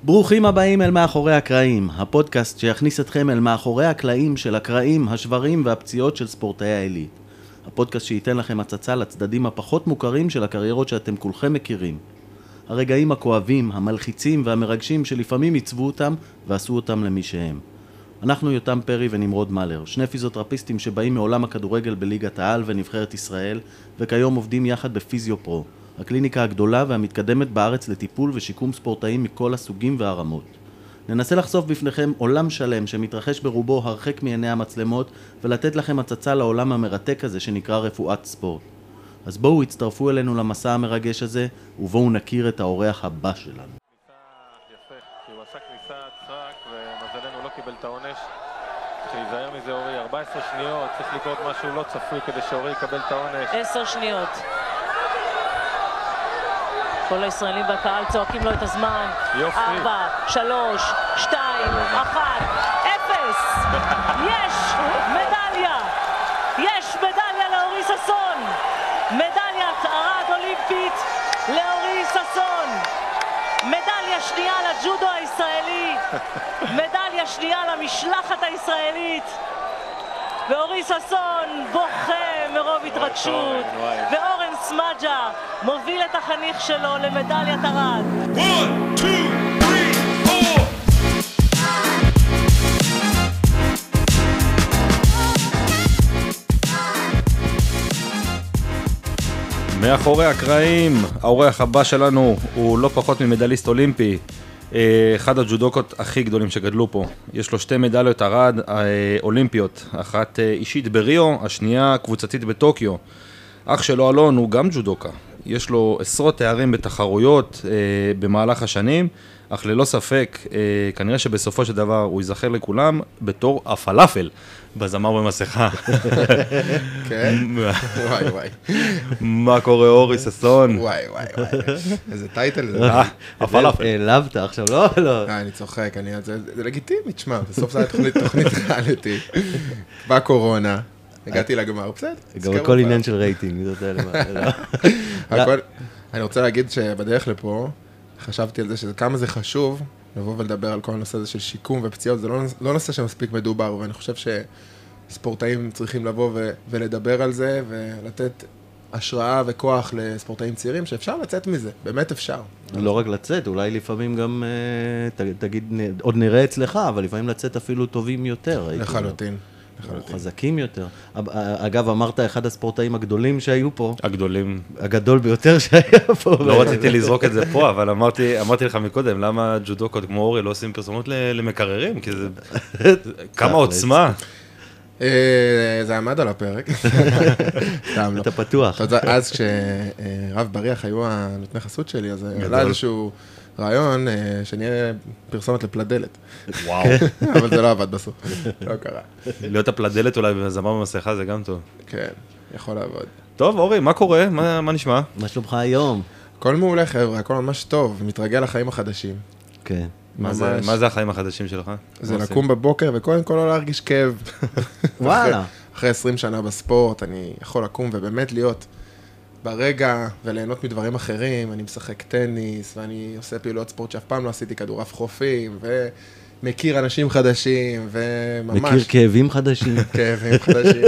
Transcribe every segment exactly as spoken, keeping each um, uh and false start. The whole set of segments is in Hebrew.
ברוכים הבאים אל מאחורי הקרעים, הפודקאסט שיכניס אתכם אל מאחורי הקלעים של הקרעים, השברים והפציעות של ספורטאי העילית. הפודקאסט שייתן לכם הצצה לצדדים הפחות מוכרים של הקריירות שאתם כולכם מכירים. הרגעים הכואבים, המלחיצים והמרגשים שלפעמים עיצבו אותם ועשו אותם למי שהם. אנחנו יותם פרי ונמרוד מלר, שני פיזיותרפיסטים שבאים מעולם הכדורגל בליגת העל ונבחרת ישראל, וכיום עובדים יחד בפיזיופרו, הקליניקה הגדולה והמתקדמת בארץ לטיפול ושיקום ספורטאים מכל הסוגים והרמות. ננסה לחשוף בפניכם עולם שלם שמתרחש ברובו הרחק מעיני המצלמות, ולתת לכם הצצה לעולם המרתק הזה שנקרא רפואת ספורט. אז בואו הצטרפו אלינו למסע המרגש הזה, ובואו נכיר את האורח הבא שלנו. יפה, כי הוא עשה כניסה צחק ומזלנו לא קיבל את העונש. שיזהר מזה אורי, ארבע עשרה שניות, צריך לקרות משהו לא צפוי כדי שאורי יקבל את העונש. עשר שניות. כל הישראלים בקהל צועקים לו את הזמן. יופי. ארבע, שלוש, שתיים, אחת, אפס. יש מדליה. יש מדליה לאורי ששון. מדליית ארד אולימפית לאורי ששון. מדליה שנייה לג'ודו הישראלי. מדליה שנייה למשלחת הישראלית. ואורי ששון בוכה מרוב התרגשות, ואורן סמג'ה מוביל את החניך שלו למדליית ארד. One, two, three, four. מאחורי הקרעים, האורח הבא שלנו הוא לא פחות ממדליסט אולימפי, אחד הג'ודוקות הכי גדולים שגדלו פה. יש לו שתי מדליות ארד אולימפיות, אחת אישית בריו, השנייה קבוצתית בטוקיו. אח שלו אלון הוא גם ג'ודוקה, יש לו עשרות תארים בתחרויות אה, במהלך השנים, אך ללא ספק, אה, כנראה שבסופו של דבר הוא ייזכר לכולם בתור הפלאפל בזמר במסכה. כן? וואי וואי. מה קורה אורי ששון? וואי וואי וואי. איזה טייטל זה. אה, הפלאפל. העלבת עכשיו, לא? לא. אה, אני צוחק, אני... זה זה לגיטימי, תשמע, בסוף זה היה תוכנית תוכנית ריאליטי. בקורונה, הגעתי לגמר, בסדר. גם הכל עניין של רייטינג, זאת הכל... אני רוצה להגיד שבדרך לפה, חשבתי על זה שזה כמה זה חשוב, לבוא ולדבר על כל הנושא הזה של שיקום ופציעות, זה לא, לא נושא שמספיק מדובר, ואני חושב שספורטאים צריכים לבוא ו, ולדבר על זה, ולתת השראה וכוח לספורטאים צעירים, שאפשר לצאת מזה, באמת אפשר. לא רק לצאת, אולי לפעמים גם, ת, תגיד, עוד נראה אצלך, אבל לפעמים לצאת אפילו טובים יותר. לחלוטין. לחלוטין. חזקים יותר. אגב, אמרת אחד הספורטאים הגדולים שהיו פה. הגדולים. הגדול ביותר שהיה פה. לא רציתי לזרוק את זה פה, אבל אמרתי, אמרתי לך מקודם, למה ג'ודוקות כמו אורי לא עושים פרסומות למקררים? כי זה... כמה עוצמה. זה עמד על הפרק. אתה פתוח. אז כשרב בריח היו הנותני חסות שלי, אז עלה איזשהו רעיון שנהיה פרסומת לפלדלת. וואו. אבל זה לא עבד בסוף. לא קרה. להיות הפלדלת אולי בזמר במסכה זה גם טוב. כן, יכול לעבוד. טוב, אורי, מה קורה? מה, מה נשמע? מה שלומך היום? הכל מעולה, חבר'ה, הכל ממש טוב, מתרגל לחיים החדשים. כן. מה זה, מה זה החיים החדשים שלך? זה לקום בבוקר וקודם כל לא להרגיש כאב. וואלה. אחרי עשרים שנה בספורט, אני יכול לקום ובאמת להיות ברגע וליהנות מדברים אחרים. אני משחק טניס ואני עושה פעילויות ספורט שאף פעם לא עשיתי, כדורעף חופים, ומכיר אנשים חדשים, וממש... מכיר כאבים חדשים. כאבים חדשים.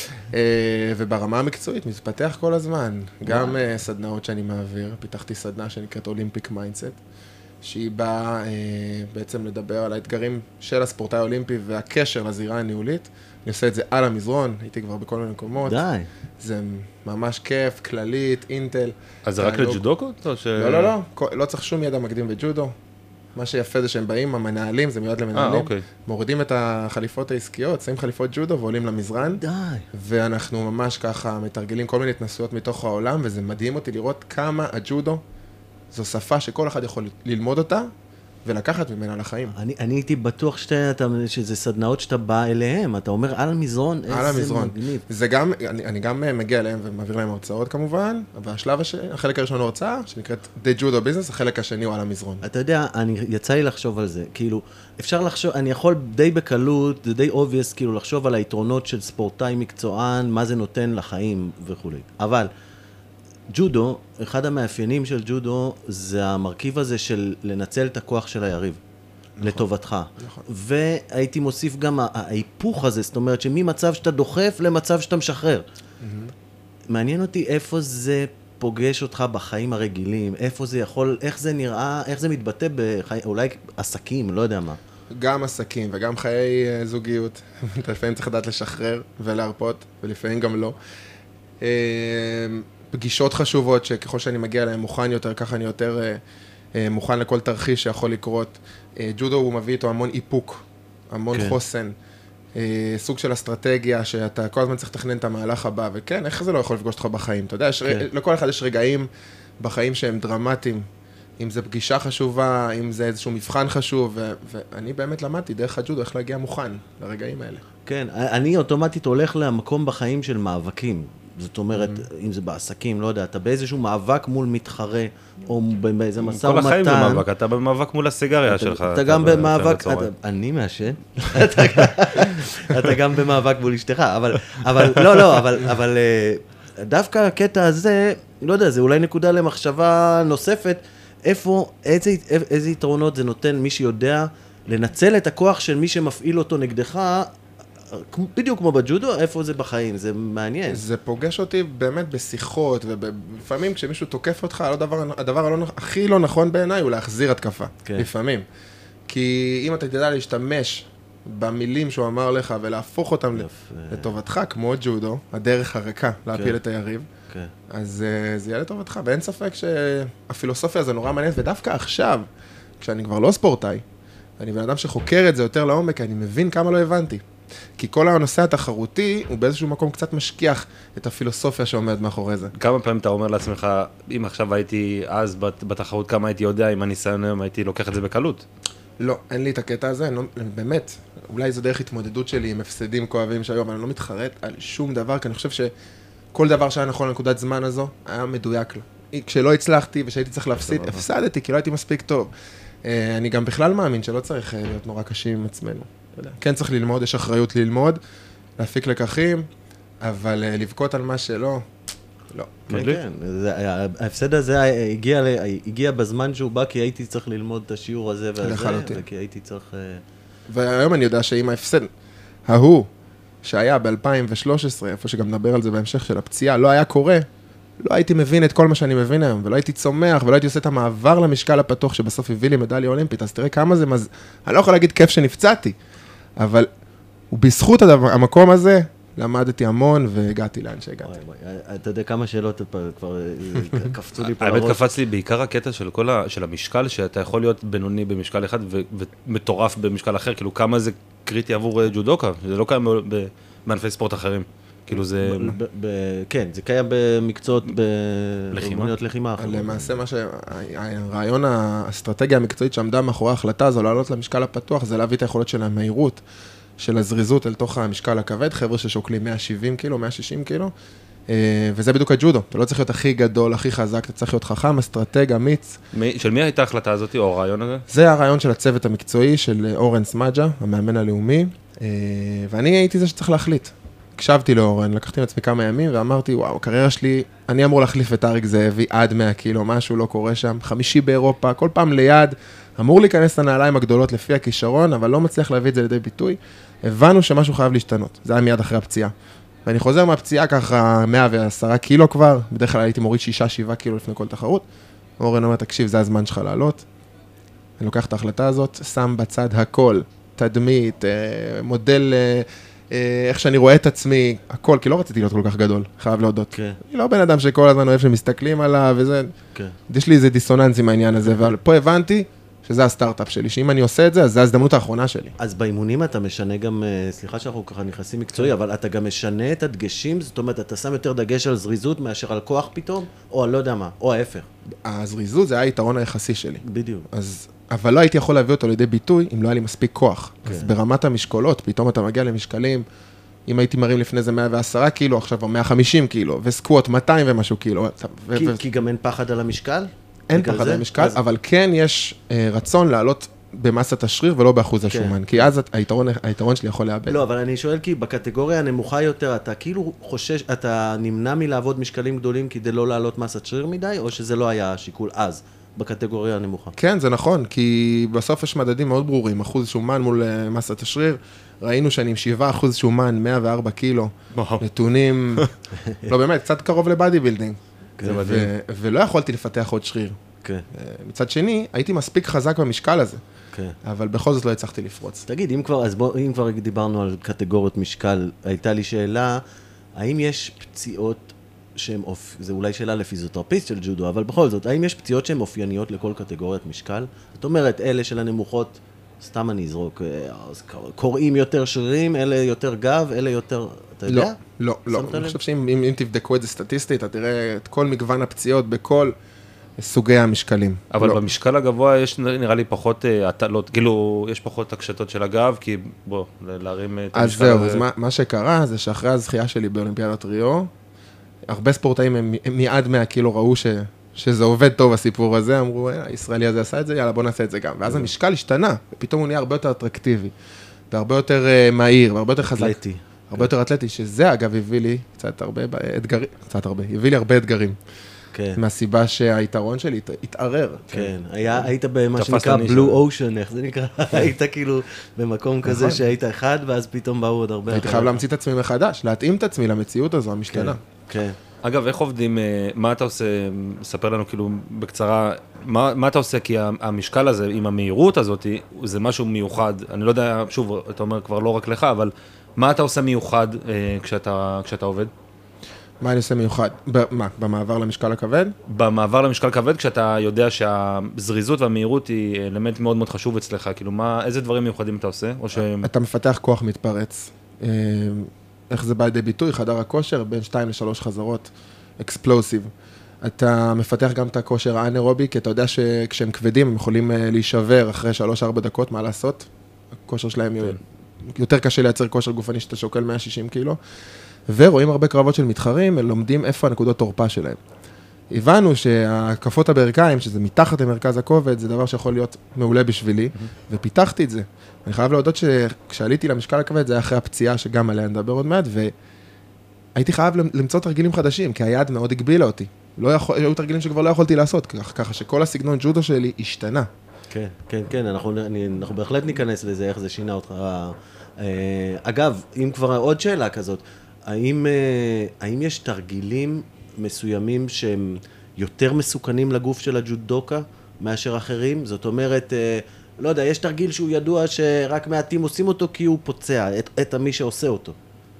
וברמה המקצועית מתפתח כל הזמן. גם סדנאות שאני מעביר, פיתחתי סדנה שנקראת אולימפיק מיינדסט, שהיא באה בעצם לדבר על האתגרים של הספורטאי האולימפי והקשר לזירה הניהולית. אני עושה את זה על המזרון, הייתי כבר בכל מיני מקומות. די. זה ממש כיף, כללית, אינטל. אז זה רק לג'ודוקות? לא, לא, לא. לא צריך שום ידע מקדים בג'ודו. מה שיפה זה שהם באים, המנהלים, זה מיועד למנהלים. אה, אוקיי. מורידים את החליפות העסקיות, שמים חליפות ג'ודו ועולים למזרן. די. ואנחנו ממש ככה מתרגלים כל מיני התנסויות מתוך העולם, וזה מדהים אותי לראות כמה הג'ודו זו שפה שכל אחד יכול ללמוד אותה, ולקחת ממנה לחיים. אני, אני הייתי בטוח שאתה, שזה סדנאות שאתה בא אליהם, אתה אומר על המזרון, על איזה המזרון. מגניב. זה גם, אני, אני גם מגיע אליהם ומעביר להם הרצאות כמובן, והשלב השני, החלק הראשון הוא הרצאה, שנקראת The Judo Business, החלק השני הוא על המזרון. אתה יודע, אני, יצא לי לחשוב על זה, כאילו, אפשר לחשוב, אני יכול די בקלות, זה די obvious, כאילו, לחשוב על היתרונות של ספורטאי מקצוען, מה זה נותן לחיים וכו'. אבל, ג'ודו, אחד המאפיינים של ג'ודו זה המרכיב הזה של לנצל את הכוח של היריב. לטובתך. והייתי מוסיף גם ההיפוך הזה, זאת אומרת שממצב שאתה דוחף למצב שאתה משחרר. מעניין אותי איפה זה פוגש אותך בחיים הרגילים, איפה זה יכול, איך זה נראה, איך זה מתבטא בחיים, אולי עסקים, לא יודע מה. גם עסקים וגם חיי זוגיות. לפעמים צריך לדעת לשחרר ולהרפות, ולפעמים גם לא. פגישות חשובות שככל שאני מגיע אליהם מוכן יותר, ככה אני יותר מוכן לכל תרחיש שיכול לקרות. ג'ודו הוא מביא איתו המון איפוק, המון כן. חוסן, סוג של אסטרטגיה שאתה כל הזמן צריך לתכנן את המהלך הבא, וכן, איך זה לא יכול לפגוש אותך בחיים? אתה יודע, יש, כן. לכל אחד יש רגעים בחיים שהם דרמטיים, אם זה פגישה חשובה, אם זה איזשהו מבחן חשוב, ו- ואני באמת למדתי דרך הג'ודו איך להגיע מוכן לרגעים האלה. כן, אני אוטומטית הולך למקום בחיים של מאבקים. זאת אומרת, אם זה בעסקים, לא יודע, אתה באיזשהו מאבק מול מתחרה, או באיזה מסע ומתן. כל החיים זה מאבק, אתה במאבק מול הסיגריה שלך. אתה גם במאבק, אני מעשן, אתה גם במאבק מול אשתך, אבל לא, לא, אבל דווקא הקטע הזה, לא יודע, זה אולי נקודה למחשבה נוספת, איפה, איזה יתרונות זה נותן מי שיודע לנצל את הכוח של מי שמפעיל אותו נגדך, בדיוק כמו בג'ודו, איפה זה בחיים, זה מעניין. זה פוגש אותי באמת בשיחות, ולפעמים כשמישהו תוקף אותך, הדבר, הדבר הלא, הכי לא נכון בעיניי הוא להחזיר התקפה, כן. לפעמים. כי אם אתה תדע להשתמש במילים שהוא אמר לך, ולהפוך אותם יפה. לטובתך, כמו ג'ודו, הדרך הריקה, להפיל כן. את היריב, כן. אז uh, זה יהיה לטובתך, ואין ספק שהפילוסופיה הזו נורא מעניינת, ודווקא עכשיו, כשאני כבר לא ספורטאי, אני בן אדם שחוקר את זה יותר לעומק, אני מבין כמה לא הבנתי. כי כל הנושא התחרותי הוא באיזשהו מקום קצת משכיח את הפילוסופיה שעומד מאחורי זה. כמה פעמים אתה אומר לעצמך, אם עכשיו הייתי אז בתחרות, כמה הייתי יודע, אם הניסיון היום הייתי לוקח את זה בקלות? לא, אין לי את הקטע הזה, אני לא, באמת, אולי זו דרך התמודדות שלי עם הפסדים כואבים שהיום, אבל אני לא מתחרט על שום דבר, כי אני חושב שכל דבר שהיה נכון לנקודת זמן הזו, היה מדויק לו. כשלא הצלחתי ושהייתי צריך להפסיד, הפסדתי, כי לא הייתי מספיק טוב. אני גם בכלל מאמין שלא צריך להיות נורא קשים עם עצמנו. כן צריך ללמוד, יש אחריות ללמוד, להפיק לקחים, אבל לבכות על מה שלא, לא. כן, כן. ההפסד הזה הגיע בזמן שהוא בא, כי הייתי צריך ללמוד את השיעור הזה והזה, וכי הייתי צריך... והיום אני יודע שאם ההפסד, ההוא, שהיה ב-אלפיים ושלוש עשרה, איפה שגם נדבר על זה בהמשך של הפציעה, לא היה קורה, לא הייתי מבין את כל מה שאני מבין היום, ולא הייתי צומח, ולא הייתי עושה את המעבר למשקל הפתוח, שבסוף הביא לי מדליה אולימפית, אז תראה כמה זה, מז... אני לא יכול להגיד כיף שנפצעתי, אבל בזכות המקום הזה, למדתי המון והגעתי לאן שהגעתי. אתה יודע כמה שאלות כבר קפצו לי פה לראש. האמת קפץ לי בעיקר הקטע של כל ה... של המשקל, שאתה יכול להיות בינוני במשקל אחד ומטורף במשקל אחר, כאילו כמה זה קריטי עבור ג'ודוקה, זה לא קיים בענפי ספורט אחרים. כאילו זה... כן, זה קיים במקצועות, בארגוניות לחימה. למעשה מה שהרעיון האסטרטגיה המקצועית שעמדה מאחורי ההחלטה הזו, לעלות למשקל הפתוח, זה להביא את היכולות של המהירות, של הזריזות אל תוך המשקל הכבד, חבר'ה ששוקלים מאה שבעים קילו, מאה שישים קילו, וזה בדיוק הג'ודו. אתה לא צריך להיות הכי גדול, הכי חזק, אתה צריך להיות חכם, אסטרטג, אמיץ. של מי הייתה ההחלטה הזאת או הרעיון הזה? זה הרעיון של הצוות המקצועי של אורן סמאג'ה, המאמן הלאומי, ואני הייתי זה שצריך להחליט. הקשבתי לאורן, לקחתי לעצמי כמה ימים ואמרתי, וואו, הקריירה שלי, אני אמור להחליף את אריק זאבי עד מאה קילו, משהו לא קורה שם, חמישי באירופה, כל פעם ליד, אמור להיכנס לנעליים הגדולות לפי הכישרון, אבל לא מצליח להביא את זה לידי ביטוי. הבנו שמשהו חייב להשתנות, זה היה מיד אחרי הפציעה. ואני חוזר מהפציעה ככה מאה ועשרה קילו כבר, בדרך כלל הייתי מוריד שישה, שבעה קילו לפני כל תחרות. אורן אומר, תקשיב, זה הזמן שלך לעלות. אני לוקח את ההחלטה הזאת, שם בצד הכל, תדמית, מודל, איך שאני רואה את עצמי, הכל, כי לא רציתי להיות כל כך גדול, חייב להודות. אני לא בן אדם שכל הזמן אוהב שמסתכלים עליו וזה, יש לי איזה דיסוננס עם העניין הזה, ופה הבנתי שזה הסטארט-אפ שלי, שאם אני עושה את זה, אז זה ההזדמנות האחרונה שלי. אז באימונים אתה משנה גם, סליחה שאנחנו ככה נכנסים מקצועי, אבל אתה גם משנה את הדגשים, זאת אומרת, אתה שם יותר דגש על זריזות מאשר על כוח פתאום, או על לא יודע מה, או ההפך. הזריזות זה היה היתרון היחסי שלי. בדיוק. אז, אבל לא הייתי יכול להביא אותו לידי ביטוי, אם לא היה לי מספיק כוח. כן. אז ברמת המשקולות, פתאום אתה מגיע למשקלים, אם הייתי מרים לפני זה מאה ועשרה קילו, עכשיו מאה וחמישים קילו, וסקווט מאתיים ומשהו קילו. כי, ו... כי גם אין פחד על המשקל? אין פחד על המשקל, אז... אבל כן יש אה, רצון לעלות במסת השריר ולא באחוז השומן, כי אז היתרון, היתרון שלי יכול לאבד. לא, אבל אני שואל כי בקטגוריה הנמוכה יותר, אתה כאילו חושש, אתה נמנע מלעבוד משקלים גדולים כדי לא לעלות מסת שריר מדי, או שזה לא היה השיקול אז, בקטגוריה הנמוכה? כן, זה נכון, כי בסוף יש מדדים מאוד ברורים, אחוז שומן מול מסת השריר, ראינו שאני עם שבעה אחוז שומן, מאה וארבע קילו, נתונים, לא באמת, קצת קרוב לבאדי בילדינג. זה מדהים. ולא יכולתי לפתח עוד שריר. כן. מצד שני, הייתי מספיק חזק במשקל הזה. כן. אבל בכל זאת לא הצלחתי לפרוץ. תגיד, אם כבר, אז בוא, אם כבר דיברנו על קטגוריות משקל, הייתה לי שאלה, האם יש פציעות שהן, זה אולי שאלה לפיזיותרפיסט של ג'ודו, אבל בכל זאת, האם יש פציעות שהן אופייניות לכל קטגוריית משקל? זאת אומרת, אלה של הנמוכות, סתם אני אזרוק, קוראים יותר שרירים, אלה יותר גב, אלה יותר, אתה יודע? לא, לא, לא. אני חושב שאם אם, אם תבדקו את זה סטטיסטית, אתה תראה את כל מגוון הפציעות בכל סוגי המשקלים. אבל לא. במשקל הגבוה יש נראה לי פחות, לא, כאילו, יש פחות הקשתות של הגב, כי בוא, להרים את המשקל הזה. אז זהו, אז מה, מה שקרה זה שאחרי הזכייה שלי באולימפיאדת ריו, הרבה ספורטאים הם מיד מאה קילו ראו ש... שזה עובד טוב הסיפור הזה, אמרו, הישראלי הזה עשה את זה, יאללה בוא נעשה את זה גם. ואז המשקל השתנה, ופתאום הוא נהיה הרבה יותר אטרקטיבי, והרבה יותר מהיר, והרבה יותר חזק. אתלטי. הרבה יותר אטלטי, שזה אגב הביא לי קצת הרבה אתגרים, קצת הרבה, הביא לי הרבה אתגרים. כן. מהסיבה שהיתרון שלי התערער. כן, היה, היית במה שנקרא בלו אושן, איך זה נקרא? היית כאילו במקום כזה שהיית אחד, ואז פתאום באו עוד הרבה. הייתי חייב להמציא את עצמי מחדש, להתאים את עצמי למציאות הזו, המשתנה. כן. אגב, איך עובדים, מה אתה עושה, ספר לנו כאילו בקצרה, מה, מה אתה עושה, כי המשקל הזה, עם המהירות הזאת, זה משהו מיוחד, אני לא יודע, שוב, אתה אומר כבר לא רק לך, אבל מה אתה עושה מיוחד כשאתה, כשאתה עובד? מה אני עושה מיוחד? מה, במעבר למשקל הכבד? במעבר למשקל כבד, כשאתה יודע שהזריזות והמהירות היא אלמנט מאוד מאוד חשוב אצלך, כאילו מה, איזה דברים מיוחדים אתה עושה? או ש... אתה מפתח כוח מתפרץ. איך זה בא לידי ביטוי? חדר הכושר, בין שתיים לשלוש חזרות, אקספלוסיב. אתה מפתח גם את הכושר האנאירובי, כי אתה יודע שכשהם כבדים, הם יכולים להישבר אחרי שלוש ארבע דקות, מה לעשות? הכושר שלהם יותר קשה לייצר כושר גופני שאתה שוקל מאה ושישים קילו. ורואים הרבה קרבות של מתחרים, הם לומדים איפה הנקודות תורפה שלהם. הבנו שהקפות הברכיים, שזה מתחת למרכז הכובד, זה דבר שיכול להיות מעולה בשבילי, ופיתחתי את זה. אני חייב להודות שכשעליתי למשקל הכבד, זה היה אחרי הפציעה שגם עליה נדבר עוד מעט, והייתי חייב למצוא תרגילים חדשים, כי היד מאוד הגבילה אותי. לא יכול, היו תרגילים שכבר לא יכולתי לעשות, ככה שכל הסגנון ג'ודו שלי השתנה. כן, כן, כן, אנחנו, אני, אנחנו בהחלט ניכנס לזה, איך זה שינה אותך. אגב, אם כבר עוד שאלה כזאת, האם, האם יש תרגילים מסוימים שהם יותר מסוכנים לגוף של הג'ודוקה מאשר אחרים? זאת אומרת, לא יודע, יש תרגיל שהוא ידוע שרק מעטים עושים אותו כי הוא פוצע את, את מי שעושה אותו.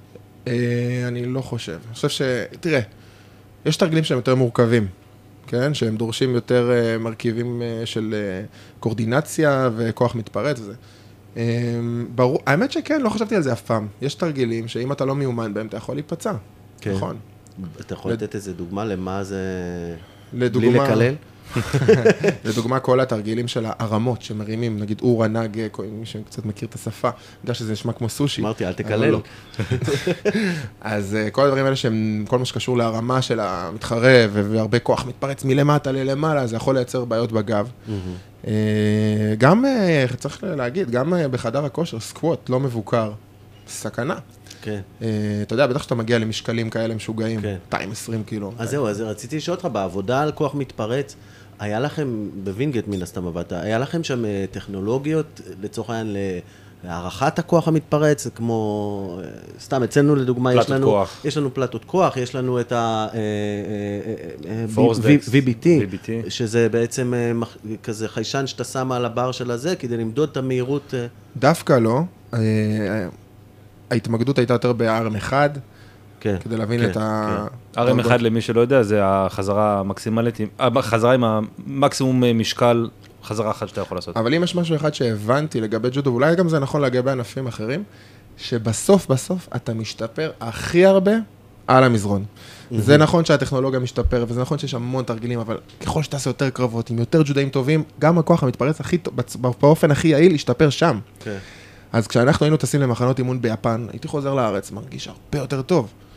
אני לא חושב. אני חושב ש... תראה, יש תרגילים שהם יותר מורכבים, כן? שהם דורשים יותר מרכיבים של קורדינציה וכוח מתפרץ וזה. ברור, האמת שכן, לא חשבתי על זה אף פעם. יש תרגילים שאם אתה לא מיומן בהם, אתה יכול להיפצע. כן. נכון. אתה יכול לתת איזה דוגמה למה זה... לדוגמה... בלי לקלל? לדוגמה, כל התרגילים של הערמות שמרימים, נגיד אורה נג, מי שקצת מכיר את השפה, יודע שזה נשמע כמו סושי. אמרתי, אל תקלל. אז כל הדברים האלה שהם, כל מה שקשור להרמה של המתחרה, והרבה כוח מתפרץ מלמטה ללמעלה, זה יכול לייצר בעיות בגב. גם, צריך להגיד, גם בחדר הכושר, סקווט לא מבוקר, סכנה. כן. אתה יודע, בטח שאתה מגיע למשקלים כאלה משוגעים, מאתיים ועשרים קילו. אז זהו, אז רציתי לשאול אותך, בעבודה על כוח מתפרץ, היה לכם, בווינגייט מן הסתם עבדת, היה לכם שם טכנולוגיות, לצורך העניין, להערכת הכוח המתפרץ, כמו, סתם, אצלנו לדוגמה, יש לנו, יש לנו פלטות כוח, יש לנו את ה-וי בי טי, שזה בעצם כזה חיישן שאתה שם על הבר של הזה, כדי למדוד את המהירות. דווקא לא. ההתמקדות הייתה יותר ב-אר אם אחד, כדי להבין את ה... אר אם אחד למי שלא יודע, זה החזרה המקסימלית, החזרה עם המקסימום משקל, חזרה אחת שאתה יכול לעשות. אבל אם יש משהו אחד שהבנתי לגבי ג'ודו, ואולי גם זה נכון לגבי ענפים אחרים, שבסוף בסוף אתה משתפר הכי הרבה על המזרון. זה נכון שהטכנולוגיה משתפר, וזה נכון שיש המון תרגילים, אבל ככל שתעשה יותר קרבות, עם יותר ג'ודאים טובים, גם הכוח המתפרץ באופן הכי יעיל ישתפר שם. אז כשאנחנו היינו טסים למחנות אימון ביפן, הייתי חוזר לארץ, מרגיש הרבה יותר טוב.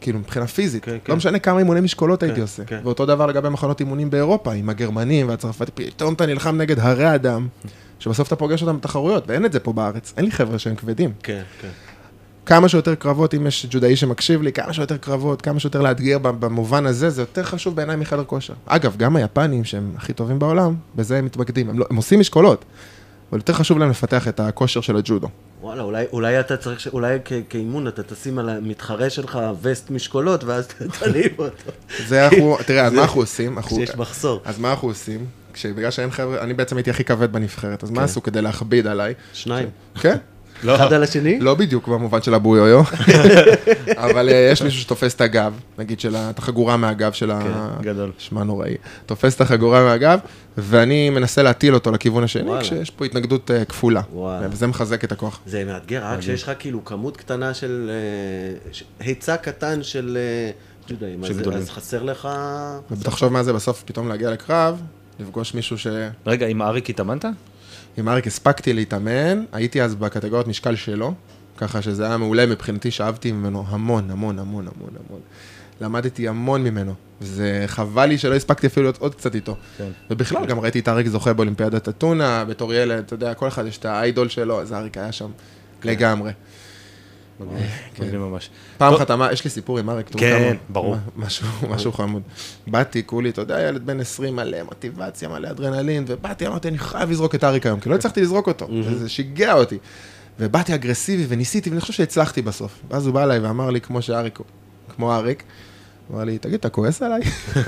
כאילו מבחינה פיזית, כן, לא כן. משנה כמה אימוני משקולות כן, הייתי עושה. כן. ואותו דבר לגבי מחנות אימונים באירופה, עם הגרמנים והצרפתים, פתאום אתה נלחם נגד הרי אדם, שבסוף אתה פוגש אותם בתחרויות, ואין את זה פה בארץ, אין לי חבר'ה שהם כבדים. כן, כן. כמה שיותר קרבות, אם יש ג'ודאי שמקשיב לי, כמה שיותר קרבות, כמה שיותר לאתגר במובן הזה, זה יותר חשוב בעיניי מחדר כושר. אגב, גם היפנים שהם הכי טובים בעולם, בזה הם מתמקדים, הם, לא, הם עושים משקולות, אבל יותר חשוב להם לפתח את הכושר של הג'ודו. וואלה, אולי, אולי אתה צריך, ש... אולי כ... כאימון אתה תשים על המתחרה שלך וסט משקולות, ואז תניב אותו. זה אנחנו, תראה, אז מה אנחנו עושים? אנחנו- כשיש מחסור. אז מה אנחנו עושים? כשבגלל שאין חבר'ה, אני בעצם הייתי הכי כבד בנבחרת, אז מה עשו כדי להכביד עליי? שניים. כן? אחד על השני? לא בדיוק במובן של הבויו-יו, אבל אה, יש מישהו שתופס את הגב, נגיד של ה- את החגורה מהגב של ה... כן, גדול. שמע נוראי. תופס את החגורה מהגב, ואני מנסה להטיל אותו לכיוון השני, וואלה. כשיש פה התנגדות אה, כפולה. וואלה. וזה מחזק את הכוח. זה מאתגר, רק שיש לך כאילו כמות קטנה של... אה, ש- היצע קטן של... אה, ג'ודאים, של אז- גדולים. אז חסר לך... ותחשוב מה זה בסוף, פתאום להגיע לקרב, לפגוש מישהו ש... רגע, עם אריק התאמנת? עם אריק הספקתי להתאמן, הייתי אז בקטגוריות משקל שלו, ככה שזה היה מעולה מבחינתי, שאהבתי ממנו המון, המון, המון, המון, המון. למדתי המון ממנו, זה חבל לי שלא הספקתי אפילו להיות עוד קצת איתו. כן. ובכלל, גם ראיתי את אריק זוכה באולימפיאדת אתונה, בתור ילד, אתה יודע, כל אחד יש את האיידול שלו, אז אריק היה שם לגמרי. מגניב ממש. פעם טוב. אחת, אמר- יש לי סיפור עם אריק, תראו כן, כמה- ברור. משהו, משהו חמוד. באתי, כולי, אתה יודע, ילד בן עשרים, מלא מוטיבציה, מלא אדרנלין, ובאתי, אמרתי, אני חייב לזרוק את אריק היום, כי לא הצלחתי לזרוק אותו, וזה שיגע אותי. ובאתי אגרסיבי וניסיתי, ואני חושב שהצלחתי בסוף. ואז הוא בא אליי ואמר לי, כמו שאריק, כמו אריק, הוא אמר לי, תגיד, אתה כועס עליי?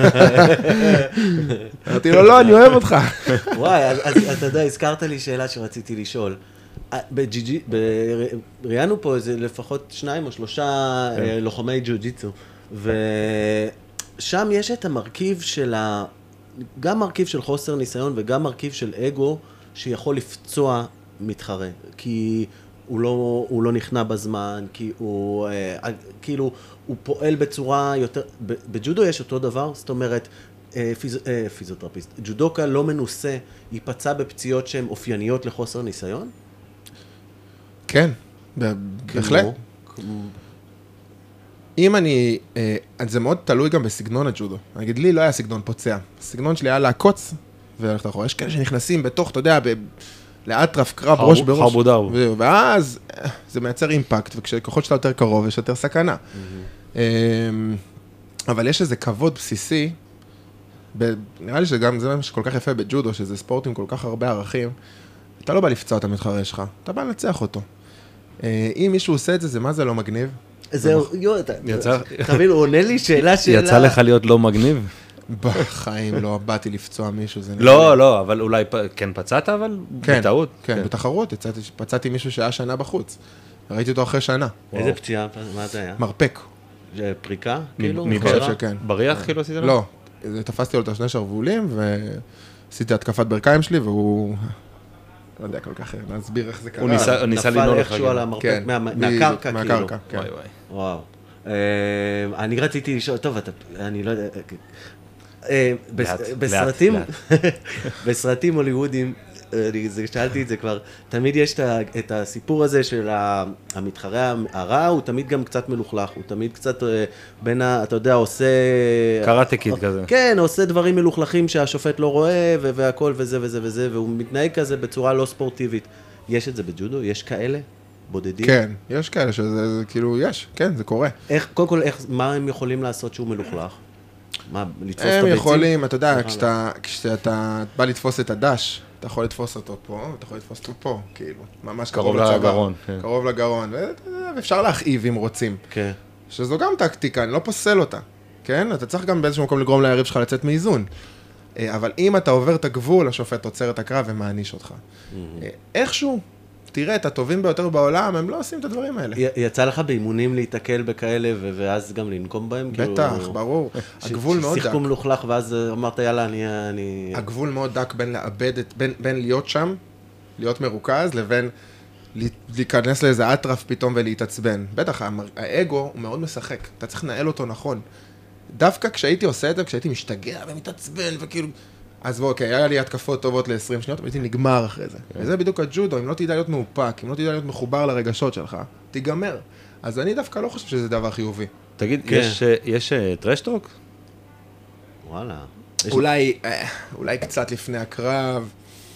אמרתי לו, לא, אני אוהב אותך. וואי, אז, אז אתה יודע, הזכרת לי שאלה שרציתי לשאול. אה, בג'י-ג'י, ב- ראיינו פה איזה לפחות שניים או שלושה אה, לוחמי ג'ו-ג'יצו, ושם יש את המרכיב של ה... גם מרכיב של חוסר ניסיון וגם מרכיב של אגו שיכול לפצוע מתחרה, כי הוא לא, הוא לא נכנע בזמן, כי הוא אה, כאילו, הוא פועל בצורה יותר... ב- בג'ודו יש אותו דבר, זאת אומרת, אה, פיז, אה, פיזיותרפיסט. ג'ודוקה לא מנוסה, ייפצע בפציעות שהן אופייניות לחוסר ניסיון? כן, ב- בהחלט. כמו- כמו- אם אני, אה, זה מאוד תלוי גם בסגנון הג'ודו. נגיד, לי לא היה סגנון פוצע. הסגנון שלי היה לעקוץ וללכת אחורה. יש כאלה שנכנסים בתוך, אתה יודע, ב- לאטרף, קרב, חר- ראש בראש. חרבודר. זהו, ואז אה, זה מייצר אימפקט, וככל שאתה יותר קרוב, יש יותר סכנה. אה, אבל יש איזה כבוד בסיסי, ב- נראה לי שגם זה מה שכל כך יפה בג'ודו, שזה ספורט עם כל כך הרבה ערכים, אתה לא בא לפצוע את המתחרה שלך, אתה בא לנצח אותו. אה, אם מישהו עושה את זה, זה מה זה לא מגניב? זהו, יו, אתה יצא- אתה מבין, הוא עונה לי שאלה שאלה. יצא לך להיות לא מגניב? בחיים לא באתי לפצוע מישהו, זה נראה לא, לי. לא, אבל אולי פ- כן פצעת, אבל כן, בטעות. כן, בתחרות, יצאתי- פצעתי מישהו שהיה שנה בחוץ. ראיתי אותו אחרי שנה. איזה פציעה? מה זה היה? מרפק. זה פריקה? מ- כאילו? מ- אני חושב חזרה? שכן. בריח כאילו עשית לו? לא, תפסתי לו את השני שרוולים, ועשיתי התקפת ברכיים שלי, והוא... לא יודע כל כך להסביר איך זה קרה. הוא ניסה- הוא ניסה לנעול נפל לך איכשהו גם. על המרפק, כן, מה- בדיוק, מהקרקע כאילו. מהקרקע, כן. וואי וואי. וואו. אה, אני רציתי לשאול, טוב, אתה, אני לא יודע, אה, בס- לאט, בסרטים, לאט, בסרטים הוליוודיים, אה, אני זה- שאלתי את זה כבר, תמיד יש את ה- את הסיפור הזה של ה- המתחרה הרע, הוא תמיד גם קצת מלוכלך, הוא תמיד קצת אה, בין ה... אתה יודע, עושה... קראטה קיד כזה. כן, עושה דברים מלוכלכים שהשופט לא רואה, ו- והכל וזה וזה וזה, והוא מתנהג כזה בצורה לא ספורטיבית. יש את זה בג'ודו? יש כאלה? בודדים? כן, יש כאלה שזה, זה כאילו, יש, כן, זה קורה. איך, קודם כל, איך, מה הם יכולים לעשות שהוא מלוכלך? מה, לתפוס את הם הביצים? יכולים, אתה יודע, סליחה, כשאתה, כשאתה בא לתפוס את הדש, אתה יכול לתפוס אותו פה, אתה יכול לתפוס אותו פה, כאילו, ממש קרוב קרוב לצוואר. לגרון, כן. קרוב לגרון, ואתה יודע, ואפשר להכאיב אם רוצים. כן. שזו גם טקטיקה, אני לא פוסל אותה, כן? אתה צריך גם באיזשהו מקום לגרום ליריב שלך לצאת מאיזון. אה, אבל אם אתה עובר את הגבול, השופט עוצר את הקרב ומעניש אותך. אה, איכשהו, תראה, את הטובים ביותר בעולם, הם לא עושים את הדברים האלה. י- יצא לך באימונים להיתקל בכאלה, ו- ואז גם לנקום בהם? בטח, כאילו, ברור. ש- הגבול מאוד דק. ששיחקו מלוכלך, ואז אמרת, יאללה, אני... אני... הגבול מאוד דק בין לאבד את, בין, בין להיות שם, להיות מרוכז, לבין לה- להיכנס לאיזה אטרף פתאום ולהתעצבן. בטח, המר- האגו הוא מאוד משחק, אתה צריך לנהל אותו נכון. דווקא כשהייתי עושה את זה, כשהייתי משתגע ומתעצבן וכאילו... אז בוא, אוקיי, היה לי התקפות טובות ל-עשרים שניות, והייתי נגמר אחרי זה. וזה בדיוק הג'ודו, אם לא תדע להיות מאופק, אם לא תדע להיות מחובר לרגשות שלך, תיגמר. אז אני דווקא לא חושב שזה דבר חיובי. תגיד, כן. יש, אה, יש אה, טרשטוק? וואלה. יש- אולי, אה, אולי קצת לפני הקרב.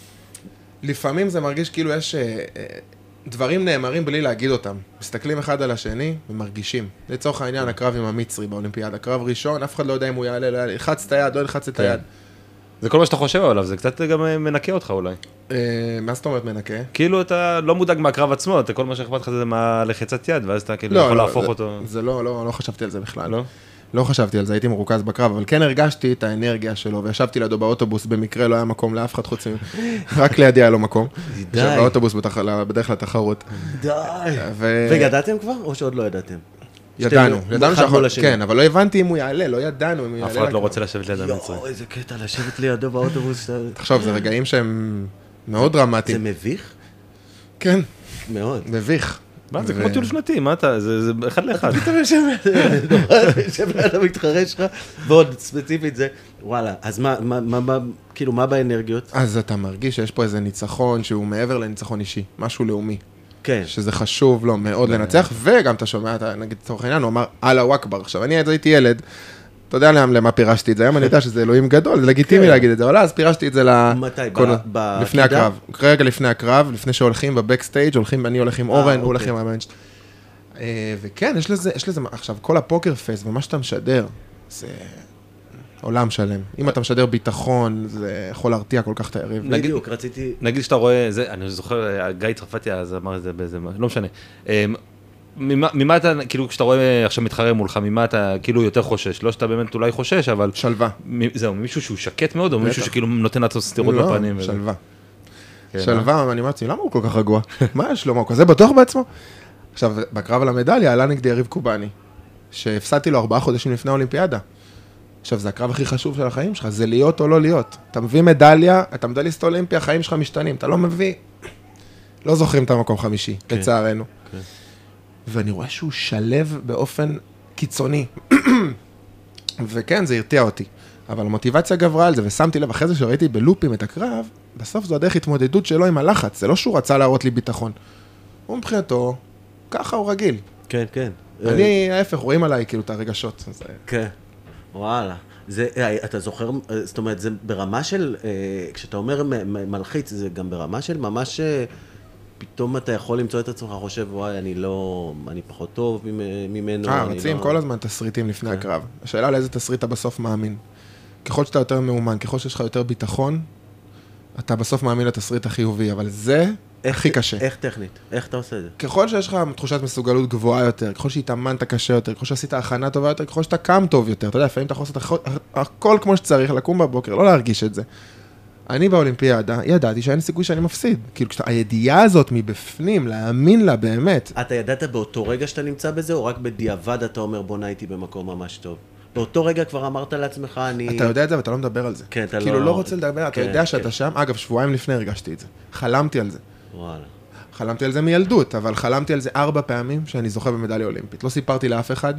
לפעמים זה מרגיש כאילו יש אה, אה, דברים נאמרים בלי להגיד אותם. מסתכלים אחד על השני ומרגישים. לצורך העניין, הקרב עם המצרי באולימפיאדה. קרב ראשון, אף אחד לא יודע אם הוא יעלה, לא יעלה. לחץ את היד, לא לחץ את היד. זה כל מה שאתה חושב עליו, זה קצת גם אה, מנקה אותך אולי. אה, מה זאת אומרת מנקה? כאילו אתה לא מודאג מהקרב עצמו, אתה כל מה שאכפת לך זה מהלחיצת יד, ואז אתה כאילו יכול להפוך זה, אותו. זה לא, לא, לא חשבתי על זה בכלל. לא? לא חשבתי על זה, הייתי מרוכז בקרב, אבל כן הרגשתי את האנרגיה שלו, וישבתי לידו באוטובוס, במקרה לא היה מקום לאף אחד חוץ מ... רק לידי היה לו מקום. די. עכשיו באוטובוס בתח... בדרך לתחרות. די. ו... וידעתם כבר, או שעוד לא ידעתם? ידענו, שאתם ידענו אחד שיכול... מול השני. כן, אבל לא הבנתי אם הוא יעלה, לא ידענו אם הוא יעלה. אף אחד לא לקרב. רוצה לשבת ליד המצרי. יואו, איזה קטע, לשבת לידו באוטובוס. תחשוב, זה רגעים שהם מאוד זה דרמטיים. מביך? כן, מאוד. מביך. מה, זה ו- כמו טיול שנתי, מה אתה, זה זה אחד לאחד. פתאום יושב יושב ליד המתחרה שלך, ועוד ספציפית זה, וואלה, אז מה, מה, מה, מה, כאילו, מה באנרגיות? אז אתה מרגיש שיש פה איזה ניצחון שהוא מעבר לניצחון אישי, משהו לאומי. כן. שזה חשוב לו מאוד לנצח, וגם אתה שומע, אתה, נגיד, לצורך העניין, הוא אמר, אללה אכבר. עכשיו, אני הייתי ילד, אתה יודע למה למה פירשתי את זה, היום אני יודע שזה אלוהים גדול, זה לגיטימי להגיד את זה, אבל אז פירשתי את זה ל... מתי? כל- ב- בעקידה? לפני הקרב, רגע לפני הקרב, לפני שהולכים בבקסטייג', הולכים, אני הולך עם אורן, הוא הולך אוקיי. עם המנץ'. אה, וכן, יש לזה, יש לזה, עכשיו, כל הפוקר פייס ומה שאתה משדר, זה עולם שלם. אם אתה משדר ביטחון, זה יכול להרתיע כל כך את היריב. בדיוק, רציתי... נגיד שאתה רואה, זה, אני זוכר, גיא צרפתי אז אמר את זה באיזה, לא משנה. אמ, ממה, ממה אתה, כאילו, כשאתה רואה עכשיו מתחרה מולך, ממה אתה כאילו יותר חושש? לא שאתה באמת אולי חושש, אבל... שלווה. מ- זהו, מישהו שהוא שקט מאוד, או מישהו בטח. שכאילו נותן לעצמו סטירות לא, בפנים? וזה? שלווה. כן, שלווה, אני אמרתי, למה הוא כל כך רגוע? מה יש לו? מה, הוא כזה בטוח בעצמו? עכשיו, בקרב על המדליה עלה נגדי יריב קובאני, שהפסדתי לו ארבעה חודשים לפני האולימפיאדה. עכשיו, זה הקרב הכי חשוב של החיים שלך, זה להיות או לא להיות. אתה מביא מדליה, אתה מדליסט אולימפי, החיים שלך משתנים, אתה לא מביא... לא זוכרים את המקום חמישי, לצערנו. ואני רואה שהוא שלב באופן קיצוני. וכן, זה הרתיע אותי. אבל המוטיבציה גברה על זה, ושמתי לב, אחרי זה שראיתי בלופים את הקרב, בסוף זו הדרך התמודדות שלו עם הלחץ, זה לא שהוא רצה להראות לי ביטחון. הוא מבחינתו, ככה הוא רגיל. כן, כן. אני, ההפך, רואים עליי כאילו את הרגשות. אז, כן. וואלה. זה, אה, אתה זוכר, אה, זאת אומרת, זה ברמה של, אה, כשאתה אומר מ- מ- מלחיץ, זה גם ברמה של ממש, אה, פתאום אתה יכול למצוא את עצמך, חושב, וואי, אני לא, אני פחות טוב ממ- ממנו. אה, אני רצים לא... כל הזמן תסריטים לפני הקרב. השאלה לאיזה תסריט אתה בסוף מאמין. ככל שאתה יותר מאומן, ככל שיש לך יותר ביטחון, אתה בסוף מאמין לתסריט החיובי, אבל זה איך- הכי קשה. איך טכנית? איך אתה עושה את זה? ככל שיש לך תחושת מסוגלות גבוהה יותר, ככל שהתאמנת קשה יותר, ככל שעשית הכנה טובה יותר, ככל שאתה קם טוב יותר, אתה יודע, לפעמים אתה יכול לעשות הכל- הכל כמו שצריך, לקום בבוקר, לא להרגיש את זה. אני באולימפיאדה, ידעתי שאין סיכוי שאני מפסיד. כאילו, כשאתה- הידיעה הזאת מבפנים, להאמין לה באמת. אתה ידעת באותו רגע שאתה נמצא בזה, או רק בדיעבד אתה אומר, בוא הייתי במקום ממש טוב? באותו רגע כבר אמרת לעצמך, אני... אתה יודע את זה ואתה לא מדבר על זה. כן, אתה כאילו, לא- לא רוצה לדבר, אתה כן, יודע שאתה כן. שם. אגב, שבועיים לפני הרגשתי את זה. חלמתי על זה. וואלה. חלמתי על זה מילדות, אבל חלמתי על זה ארבע פעמים שאני זוכה במדליה אולימפית. לא סיפרתי לאף אחד.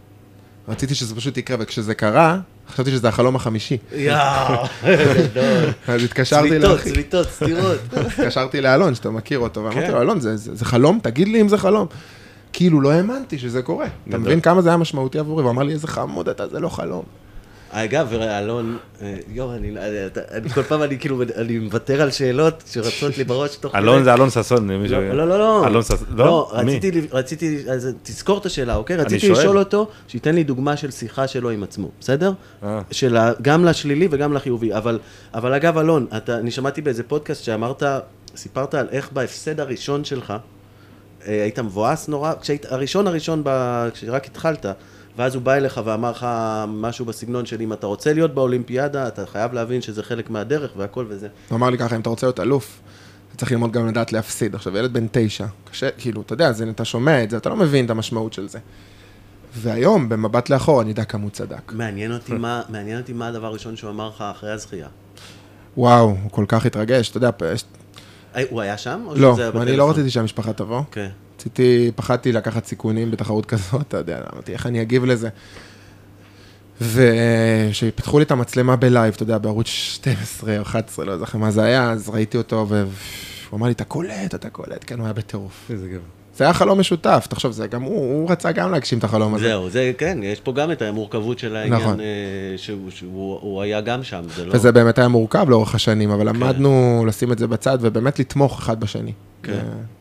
רציתי שזה פשוט יקרה, וכשזה קרה, חשבתי שזה החלום החמישי. יאו, גדול. אז התקשרתי צביטות, לאחי. צביטות, סתירות. התקשרתי לאלון, שאתה מכיר אותו, ואמרתי כן. לו, אלון, זה, זה, זה חלום? תגיד לי אם זה חלום. כאילו, לא האמנתי שזה קורה. אתה מבין כמה זה היה משמעותי עבורי? והוא אמר לי, איזה חמוד אתה, זה לא חלום. אגב, אלון, אה, יואו, אני, אני, אתה- אני כל פעם אני כאילו, אני מוותר על שאלות שרצות לי בראש תוך אלון זה אלון ששון, מישהו... לא, לא, לא, לא. אלון ששון, לא, לא? מי? רציתי, רציתי, אז תזכור את השאלה, אוקיי? רציתי שואל. לשאול אותו, שייתן לי דוגמה של שיחה שלו עם עצמו, בסדר? אה. של ה- גם לשלילי וגם לחיובי, אבל, אבל אגב, אלון, אתה, אני שמעתי באיזה פודקאסט שאמרת, סיפרת על איך בהפסד הראשון שלך, אה, היית מבואס נורא, כשהיית, הראשון הראשון, ב, כשרק התחלת, ואז הוא בא אליך ואמר לך משהו בסגנון של אם אתה רוצה להיות באולימפיאדה, אתה חייב להבין שזה חלק מהדרך והכל וזה. הוא אמר לי ככה, אם אתה רוצה להיות אלוף, אתה צריך ללמוד גם לדעת להפסיד. עכשיו, ילד בן תשע, קשה, כאילו, אתה יודע, זה, אתה שומע את זה, אתה לא מבין את המשמעות של זה. והיום, במבט לאחור, אני יודע כמה הוא צדק. מעניין אותי מה, מעניין אותי מה הדבר הראשון שהוא אמר לך אחרי הזכייה. וואו, הוא כל כך התרגש, אתה יודע, יש... אה, הוא היה שם? או לא, שזה היה אני בטלפון? לא רציתי שהמשפחה תבוא. אוקיי. רציתי, פחדתי לקחת סיכונים בתחרות כזאת, אתה יודע, אמרתי, איך אני אגיב לזה? ושפיתחו לי את המצלמה בלייב, אתה יודע, בערוץ שתים עשרה או אחת עשרה, לא זוכר מה זה היה, אז ראיתי אותו, והוא אמר לי, אתה קולט, אתה קולט, כן, הוא היה בטירוף. איזה גבר. זה היה חלום משותף, תחשוב, זה גם הוא, הוא רצה גם להגשים את החלום הזה. זהו, זה כן, יש פה גם את המורכבות של העניין, נכון. שהוא, שהוא הוא היה גם שם, זה לא... וזה באמת היה מורכב לאורך השנים, אבל למדנו לשים את זה בצד, ובאמת לתמוך אחד בשני. כן.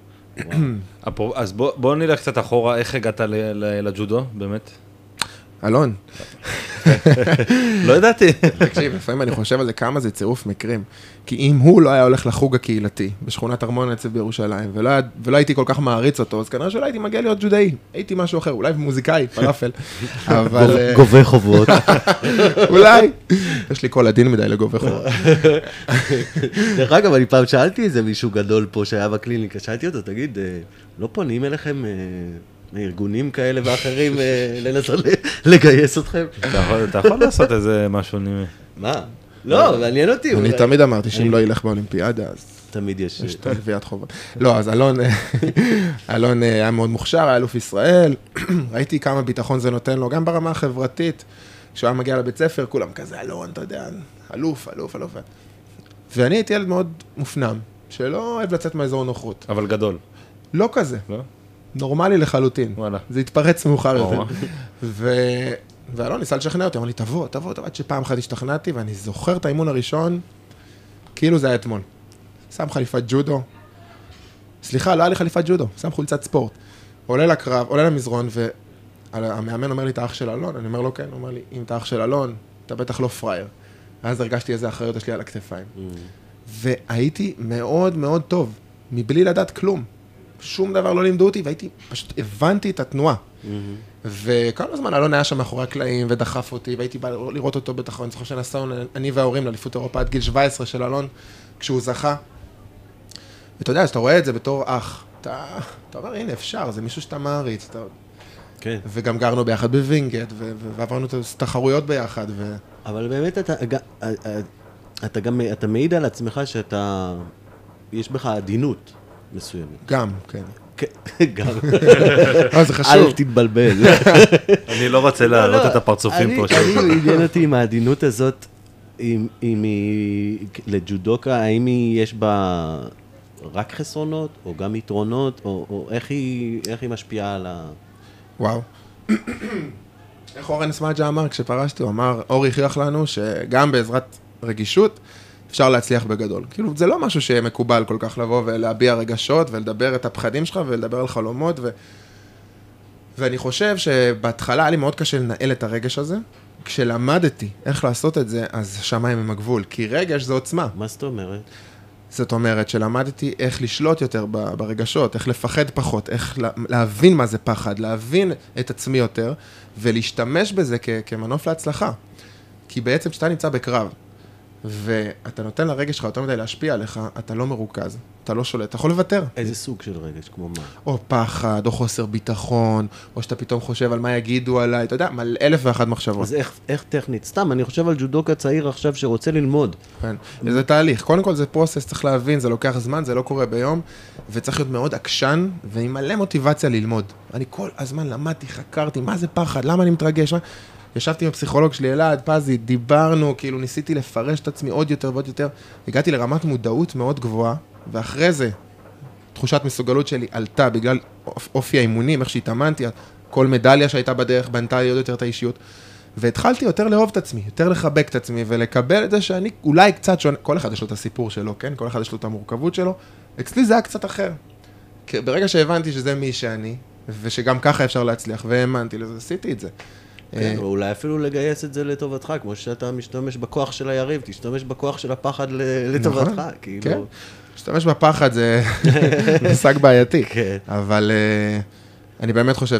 אז בוא, בוא נלך קצת אחורה, איך הגעת ל- ל- לג'ודו, באמת? אלון, לא ידעתי. תקשיב, לפעמים אני חושב על זה כמה זה צירוף מקרים. כי אם הוא לא היה הולך לחוג הקהילתי, בשכונת ארמון עצב בירושלים, ולא, היה, ולא הייתי כל כך מעריץ אותו, אז כנראה שלא הייתי מגיע להיות ג'ודאי. הייתי משהו אחר, אולי מוזיקאי, פלאפל. אבל... אה, גובה חובות. אולי. יש לי כל הדין מדי לגובה חובות. דרך אגב, אני פעם שאלתי איזה מישהו גדול פה שהיה בקליניקה, שאלתי אותו, תגיד, אה, לא פונים אליכם... אה, ארגונים כאלה ואחרים לנסות לגייס אתכם? אתה יכול לעשות איזה משהו נימי. מה? לא, מעניין אותי. אני תמיד אמרתי שאם לא ילך באולימפיאדה, אז... תמיד יש... יש את הלוויית חובות. לא, אז אלון, אלון היה מאוד מוכשר, היה אלוף ישראל, ראיתי כמה ביטחון זה נותן לו, גם ברמה החברתית, כשהוא היה מגיע לבית ספר, כולם כזה, אלון, אתה יודע, אלוף, אלוף, אלוף. ואני הייתי ילד מאוד מופנם, שלא אוהב לצאת מאזור נוחות. אבל גדול. לא כזה. לא? נורמלי לחלוטין. וואלה. זה התפרץ מאוחר יותר. ו... ואלון ניסה לשכנע אותי, אמר לי, תבוא, תבוא, תבוא, עד שפעם אחת השתכנעתי, ואני זוכר את האימון הראשון, כאילו זה היה אתמול. שם חליפת ג'ודו, סליחה, לא היה לי חליפת ג'ודו, שם חולצת ספורט. עולה לקרב, עולה למזרון, והמאמן אומר לי, אתה אח של אלון? אני אומר לו, כן, הוא אומר לי, אם אתה אח של אלון, אתה בטח לא פרייר. ואז הרגשתי איזה אחריות יש לי על הכתפיים. והייתי מאוד מאוד טוב, מבלי לדעת כלום. שום דבר לא לימדו אותי, והייתי, פשוט הבנתי את התנועה. וכל הזמן אלון היה שם מאחורי הקלעים, ודחף אותי, והייתי בא לראות אותו בתחון. אני זוכר שנסענו, אני וההורים, לאליפות אירופה עד גיל שבע עשרה של אלון, כשהוא זכה. ואתה יודע, שאתה רואה את זה בתור אח, אתה, אתה אומר, הנה, אפשר, זה מישהו שאתה מעריץ. אתה... כן. וגם גרנו ביחד בווינגייט, ועברנו את התחרויות ביחד. ו... אבל באמת אתה, אתה גם, אתה מעיד על עצמך שאתה, יש בך עדינות מסוימת. גם, כן. גם. אבל זה חשוב. אל תתבלבל. אני לא רוצה להעלות את הפרצופים פה. אני עניין אותי עם העדינות הזאת, אם היא לג'ודוקה, האם יש בה רק חסרונות, או גם יתרונות, או איך היא משפיעה על ה... וואו. איך אורן סמאג'ה אמר כשפרשתי, הוא אמר, אורי הכריח לנו שגם בעזרת רגישות, אפשר להצליח בגדול. כאילו, זה לא משהו שמקובל כל כך לבוא ולהביע רגשות, ולדבר את הפחדים שלך, ולדבר על חלומות, ו... ואני חושב שבהתחלה היה לי מאוד קשה לנהל את הרגש הזה. כשלמדתי איך לעשות את זה, אז שמיים הם הגבול. כי רגש זה עוצמה. מה זאת אומרת? זאת אומרת שלמדתי איך לשלוט יותר ברגשות, איך לפחד פחות, איך להבין מה זה פחד, להבין את עצמי יותר, ולהשתמש בזה כ- כמנוף להצלחה. כי בעצם כשאתה נמצא בקרב, ואתה נותן לרגש שלך יותר מדי להשפיע עליך, אתה לא מרוכז, אתה לא שולט, אתה יכול לוותר. איזה סוג של רגש, כמו מה? או פחד, או חוסר ביטחון, או שאתה פתאום חושב על מה יגידו עליי, אתה יודע, על אלף ואחת מחשבות. אז איך, איך טכנית? סתם, אני חושב על ג'ודוקה צעיר עכשיו שרוצה ללמוד. כן, זה תהליך. קודם כל זה פרוסס, צריך להבין, זה לוקח זמן, זה לא קורה ביום, וצריך להיות מאוד עקשן, ועם מלא מוטיבציה ללמוד. אני כל הזמן למדתי, חקרתי, מה זה פחד, למה אני מתרגש, מה... ישבתי עם הפסיכולוג שלי, אלעד, פזי, דיברנו, כאילו ניסיתי לפרש את עצמי עוד יותר ועוד יותר. הגעתי לרמת מודעות מאוד גבוהה, ואחרי זה, תחושת מסוגלות שלי עלתה בגלל אופי האימונים, איך שהתאמנתי, כל מדליה שהייתה בדרך בנתה לי עוד יותר את האישיות. והתחלתי יותר לאהוב את עצמי, יותר לחבק את עצמי, ולקבל את זה שאני אולי קצת שונה, כל אחד יש לו את הסיפור שלו, כן? כל אחד יש לו את המורכבות שלו. אצלי זה היה קצת אחר. ברגע שהבנתי שזה מי שאני, ושגם ככה אפשר להצליח, והאמנתי לזה, עשיתי את זה. כן, או אולי אפילו לגייס את זה לטובתך, כמו שאתה משתמש בכוח של היריב, תשתמש בכוח של הפחד לטובתך, כאילו. כן, משתמש בפחד זה מושג בעייתי, אבל אני באמת חושב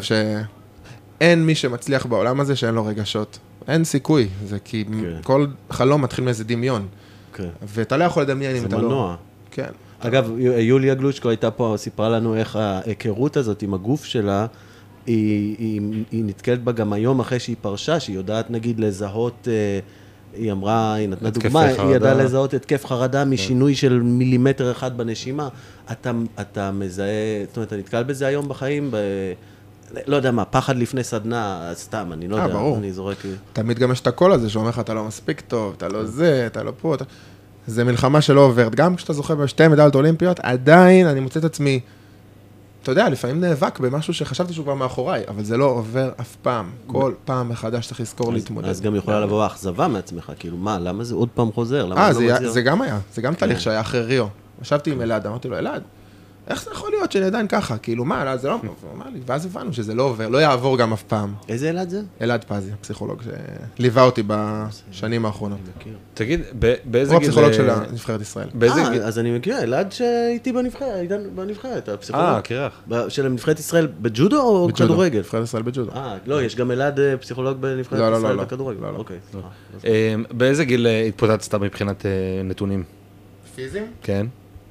שאין מי שמצליח בעולם הזה שאין לו רגשות. אין סיכוי, זה כי כל חלום מתחיל מאיזה דמיון, ואתה לא יכול לדמיין אם אתה לא... זה מנוע. כן. אגב, יוליה גלושקו הייתה פה, סיפרה לנו איך ההיכרות הזאת עם הגוף שלה, היא, היא, היא נתקלת בה גם היום אחרי שהיא פרשה, שהיא יודעת נגיד לזהות, היא אמרה, היא נתנה דוגמה, היא ידעה לזהות התקף חרדה משינוי של מילימטר אחד בנשימה. אתה, אתה מזהה, זאת אומרת, אתה נתקל בזה היום בחיים, ב, לא יודע מה, פחד לפני סדנה, סתם, אני לא יודע, ברור. אני זורק. תמיד גם יש את הקול הזה שאומר לך, אתה לא מספיק טוב, אתה לא זה, אתה לא פה, אתה... זה מלחמה שלא עוברת. גם כשאתה זוכה בשתי מדליות אולימפיות, עדיין אני מוצא את עצמי אתה יודע, לפעמים נאבק במשהו שחשבתי שהוא כבר מאחוריי, אבל זה לא עובר אף פעם. כל פעם מחדש צריך לזכור להתמודד. אז גם יכולה לבוא האכזבה מעצמך, כאילו, מה, למה זה עוד פעם חוזר? אה, זה גם היה, זה גם תהליך שהיה אחרי ריו. ישבתי עם אלעד, אמרתי לו, אלעד, איך זה יכול להיות שאני עדיין ככה? כאילו, מה, זה לא... הוא אמר לי, ואז הבנו שזה לא עובר, לא יעבור גם אף פעם. איזה אלעד זה? אלעד פזי, הפסיכולוג שליווה אותי בשנים האחרונות. תגיד, באיזה הוא גיל... הפסיכולוג של נבחרת ישראל. אה, אז אני מכיר, אלעד שהייתי בנבחרת, הפסיכולוג. אה, קרח. של נבחרת ישראל בג'ודו או כדורגל? נבחרת ישראל בג'ודו. אה, לא, יש גם אלעד פסיכולוג בנבחרת ישראל בכדורגל. לא, לא, לא. באיזה גיל התפוצצת מבחינת נתונים? פיזיים? כן.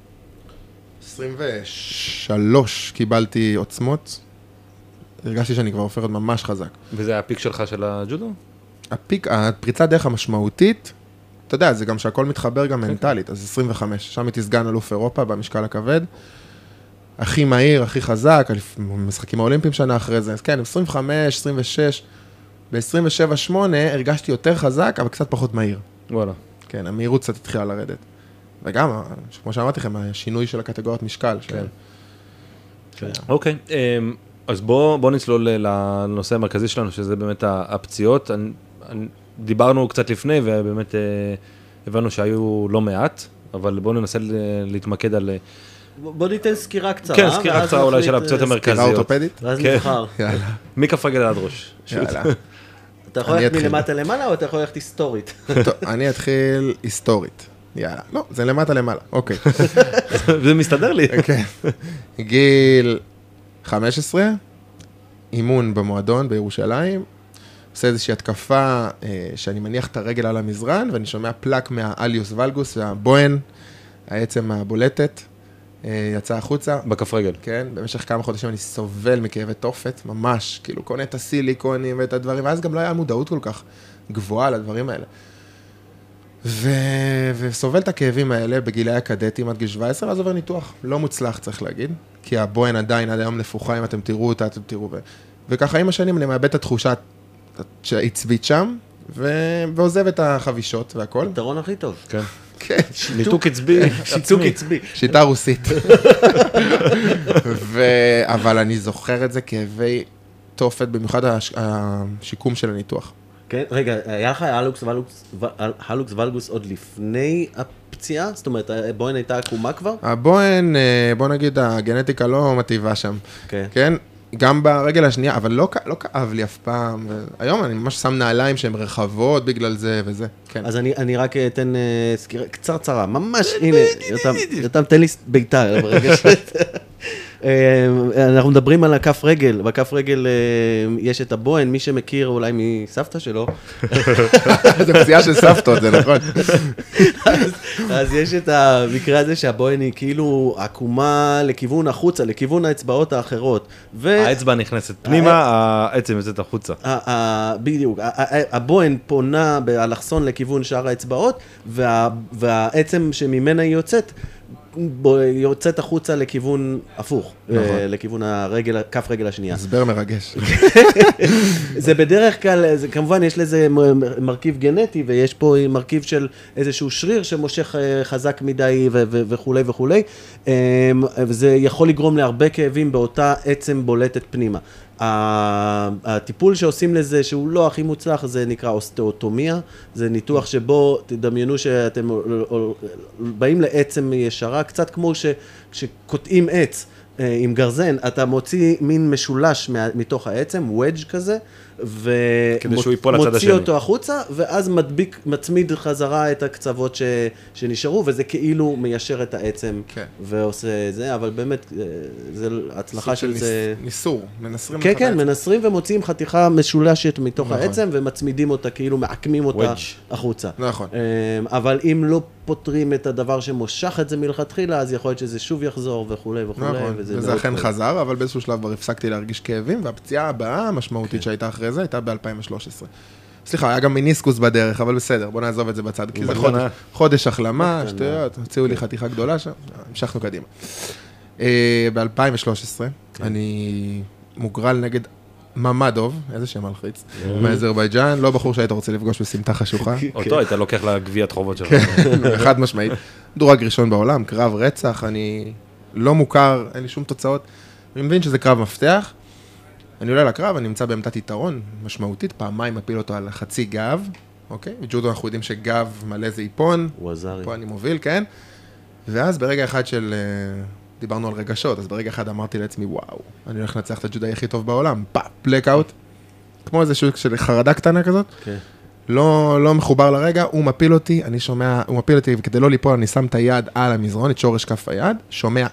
עשרים ושלוש קיבלתי עוצמות, הרגשתי שאני כבר הופך להיות ממש חזק. וזה היה הפיק שלך של הג'ודו? הפיק, הפריצה דרך המשמעותית, אתה יודע, זה גם שהכל מתחבר גם מנטלית, אז עשרים וחמש, שם הייתי סגן אלוף אירופה במשקל הכבד, הכי מהיר, הכי חזק, משחקים האולימפיים שנה אחרי זה, אז כן, עשרים וחמש, עשרים ושש, ב-עשרים ושבע שמונה הרגשתי יותר חזק, אבל קצת פחות מהיר. וואלה. כן, המהירות קצת התחילה לרדת. וגם, כמו שאמרתי לכם, השינוי של הקטגוריות משקל. כן. אוקיי, אז בואו נצלול לנושא המרכזי שלנו, שזה באמת הפציעות. דיברנו קצת לפני, ובאמת הבנו שהיו לא מעט, אבל בואו ננסה להתמקד על... בוא ניתן סקירה קצרה. כן, סקירה קצרה אולי של הפציעות המרכזיות. סקירה אורתופדית? ואז נבחר. מכף רגל עד ראש. יאללה. אתה יכול ללכת מלמטה למעלה, או אתה יכול ללכת היסטורית? טוב, אני אתחיל היסטורית. יאללה, לא, זה למטה למעלה, אוקיי. זה מסתדר לי. כן. גיל חמש עשרה, אימון במועדון בירושלים, עושה איזושהי התקפה שאני מניח את הרגל על המזרן, ואני שומע פלק מהאליוס ולגוס, והבוהן, העצם הבולטת, יצא החוצה. בכף רגל. כן, במשך כמה חודשים אני סובל מכאבי תופת, ממש, כאילו קונה את הסיליקונים ואת הדברים, ואז גם לא היה מודעות כל כך גבוהה לדברים האלה. ו... וסובל את הכאבים האלה בגילי הקדטים עד גיל שבע עשרה, ואז עובר ניתוח. לא מוצלח, צריך להגיד, כי הבוהן עדיין עד היום נפוחה, אם אתם תראו אותה, אתם תראו. ו... וככה עם השנים אני מאבד את התחושה שהצבית שם, ו... ועוזב את החבישות והכל. הפתרון הכי טוב. כן. כן. ניתוק עצבי. ניתוק עצבי. שיטה רוסית. ו... אבל אני זוכר את זה כאבי תופת, במיוחד הש... השיקום של הניתוח. כן, רגע, היה לך הלוקס ולגוס, הלוקס ולגוס עוד לפני הפציעה? זאת אומרת, הבוהן הייתה עקומה כבר? הבוהן, בוא נגיד, הגנטיקה לא מטיבה שם. כן. כן? גם ברגל השנייה, אבל לא, לא כאב לי אף פעם. היום אני ממש שם נעליים שהן רחבות בגלל זה וזה. כן. אז אני, אני רק אתן uh, סקירה קצרצרה, ממש, הנה, יותם, יותם, תן לי ביתה ברגע ש... אנחנו מדברים על הכף רגל, בכף רגל יש את הבוהן, מי שמכיר אולי מסבתא שלו. זה פציעה של סבתות, זה נכון. אז יש את המקרה הזה שהבוהן היא כאילו עקומה לכיוון החוצה, לכיוון האצבעות האחרות. האצבע נכנסת פנימה, העצם יוצאת החוצה. בדיוק, הבוהן פונה באלכסון לכיוון שאר האצבעות, והעצם שממנה היא יוצאת, יוצאת החוצה לכיוון הפוך, לכיוון הרגל, כף רגל השנייה. הסבר מרגש. זה בדרך כלל, זה, כמובן יש לזה מרכיב גנטי, ויש פה מרכיב של איזשהו שריר שמושך חזק מדי וכו' וכו'. וזה יכול לגרום להרבה כאבים באותה עצם בולטת פנימה. הטיפול שעושים לזה, שהוא לא הכי מוצלח, זה נקרא אוסטאוטומיה, זה ניתוח שבו תדמיינו שאתם באים לעצם ישרה, קצת כמו שקוטעים עץ עם גרזן, אתה מוציא מין משולש מתוך העצם, וודג' כזה, ומוציא אותו החוצה, ואז מדביק, מצמיד חזרה את הקצוות ש, שנשארו, וזה כאילו מיישר את העצם, כן. ועושה זה, אבל באמת, זה הצלחה של זה... ניסור, מנסרים כן, כן, מנסרים ומוציאים חתיכה משולשת מתוך נכון. העצם, ומצמידים אותה, כאילו מעקמים אותה wedge. החוצה. נכון. אבל אם לא פותרים את הדבר שמושך את זה מלכתחילה, אז יכול להיות שזה שוב יחזור וכו' וכו'. נכון, וזה, וזה אכן חזר, אבל באיזשהו שלב כבר הפסקתי להרגיש כאבים, והפציעה הבאה המשמעותית כן. שהייתה אחרי זה, הייתה ב-אלפיים ושלוש עשרה. סליחה, היה גם מיניסקוס בדרך, אבל בסדר, בוא נעזוב את זה בצד, כי זה חודש, חודש החלמה, שטויות, הוציאו לי חתיכה גדולה שם, המשכנו קדימה. ב-אלפיים ושלוש עשרה, אני מוגרל נגד ממדוב, איזה שם מלחיץ, מאזרבייג'אן, לא בחור שהיית רוצה לפגוש בסמטה חשוכה. אותו היית לוקח לגביית חובות שלו. חד משמעית. דורג ראשון בעולם, קרב רצח, אני לא מוכר, אין לי שום תוצאות, אני מבין שזה קרב מפתח, אני עולה לקרב, אני נמצא בעמדת יתרון משמעותית, פעמיים מפיל אותו על חצי גב, אוקיי? בג'ודו אנחנו יודעים שגב מלא זה איפון, פה אני מוביל, כן? ואז ברגע אחד של, דיברנו על רגשות, אז ברגע אחד אמרתי לעצמי, וואו, אני הולך לנצח את הג'ודאי הכי טוב בעולם, פאפ, בלקאוט, כמו איזה שוק של חרדה קטנה כזאת, כן. לא, לא מחובר לרגע, הוא מפיל אותי, אני שומע, הוא מפיל אותי, וכדי לא ליפול, אני שם את היד על המזרון, את שורש כף היד, שומע,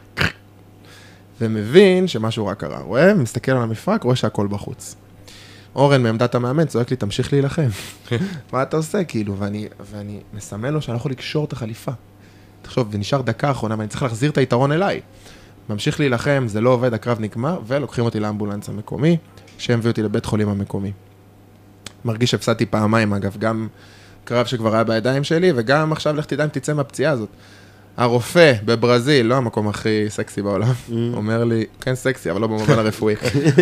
ומבין שמשהו רק קרה. רואה, מסתכל על המפרק, רואה שהכל בחוץ. אורן מעמדת המאמן, צועק לי, תמשיך להילחם. מה אתה עושה, כאילו? ואני, ואני מסמן לו שאני לא יכול לקשור את החליפה. תחשוב, ונשאר דקה אחרונה, ואני צריך להחזיר את היתרון אליי. ממשיך להילחם, זה לא עובד, הקרב נגמר, ולוקחים אותי לאמבולנס המקומי, שהם הביאו אותי לבית חולים המקומי. מרגיש שהפסדתי פעמיים, אגב, גם קרב שכבר היה בידיים שלי, וגם עכשיו לך תדע אם תצא מהפציעה הזאת. הרופא בברזיל, לא המקום הכי סקסי בעולם, אומר לי, כן סקסי, אבל לא במובן הרפואי.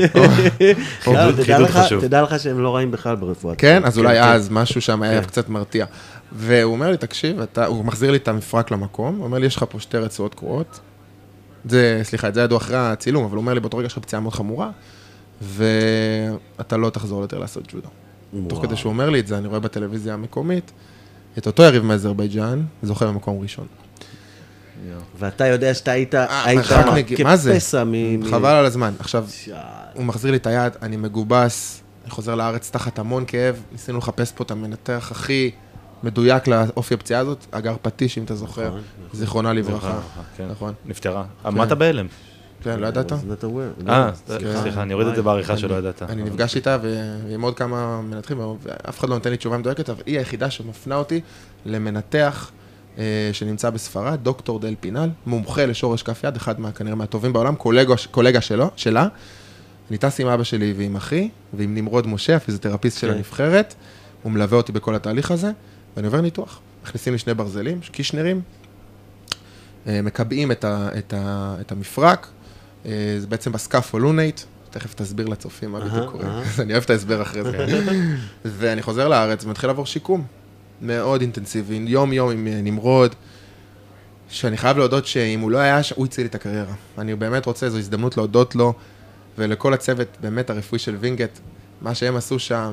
תדע לך שהם לא רעים בכלל ברפואה. כן, אז אולי אז משהו שם היה קצת מרתיע. והוא אומר לי, תקשיב, הוא מחזיר לי את המפרק למקום, הוא אומר לי, יש לך פה שתי רצועות קרועות. זה, סליחה, את זה ידעו אחרי הצילום, אבל הוא אומר לי, באותו רגע יש לך פציעה מאוד חמורה, ואתה לא תחזור יותר לעשות ג'ודו. תוך כדי שהוא אומר לי את זה, אני רואה בטלוויזיה המקומית, את אותו יריב מאזרבייג'אן, זוכה במקום ראשון. ואתה יודע שאתה היית כפסע מ... חבל על הזמן. עכשיו, הוא מחזיר לי את היד, אני מגובס, אני חוזר לארץ תחת המון כאב, ניסינו לחפש פה את המנתח הכי מדויק לאופי הפציעה הזאת, אגר פטיש, אם אתה זוכר, זיכרונה לברכה. נכון. נפטרה. עמדת בהלם. כן, לא ידעת? אה, סליחה, אני אוריד את זה בעריכה שלא ידעת. אני נפגש איתה ועם עוד כמה מנתחים, ואף אחד לא נותן לי תשובה מדויקת, אבל היא היחידה שמפנה אותי למנתח שנמצא בספרד, דוקטור דל פינל, מומחה לשורש כף יד, אחד כנראה מהטובים בעולם, קולגה שלו, שלה. אני טס עם אבא שלי ועם אחי, ועם נמרוד משה, הפיזיותרפיסט של הנבחרת, הוא מלווה אותי בכל התהליך הזה, ואני עובר ניתוח. מכניסים לי שני ברזלים, קישנרים, מקבעים את, ה, את, ה, את המפרק, זה בעצם בסקאפולונט, תכף תסביר לצופים מה בדיוק קורה, אז אני אוהב את ההסבר אחרי זה. ואני חוזר לארץ ומתחיל לעבור שיקום, מאוד אינטנסיבי, יום יום עם נמרוד, שאני חייב להודות שאם הוא לא היה, הוא הציל לי את הקריירה. אני באמת רוצה, זו הזדמנות להודות לו, ולכל הצוות באמת הרפואי של וינגט, מה שהם עשו שם,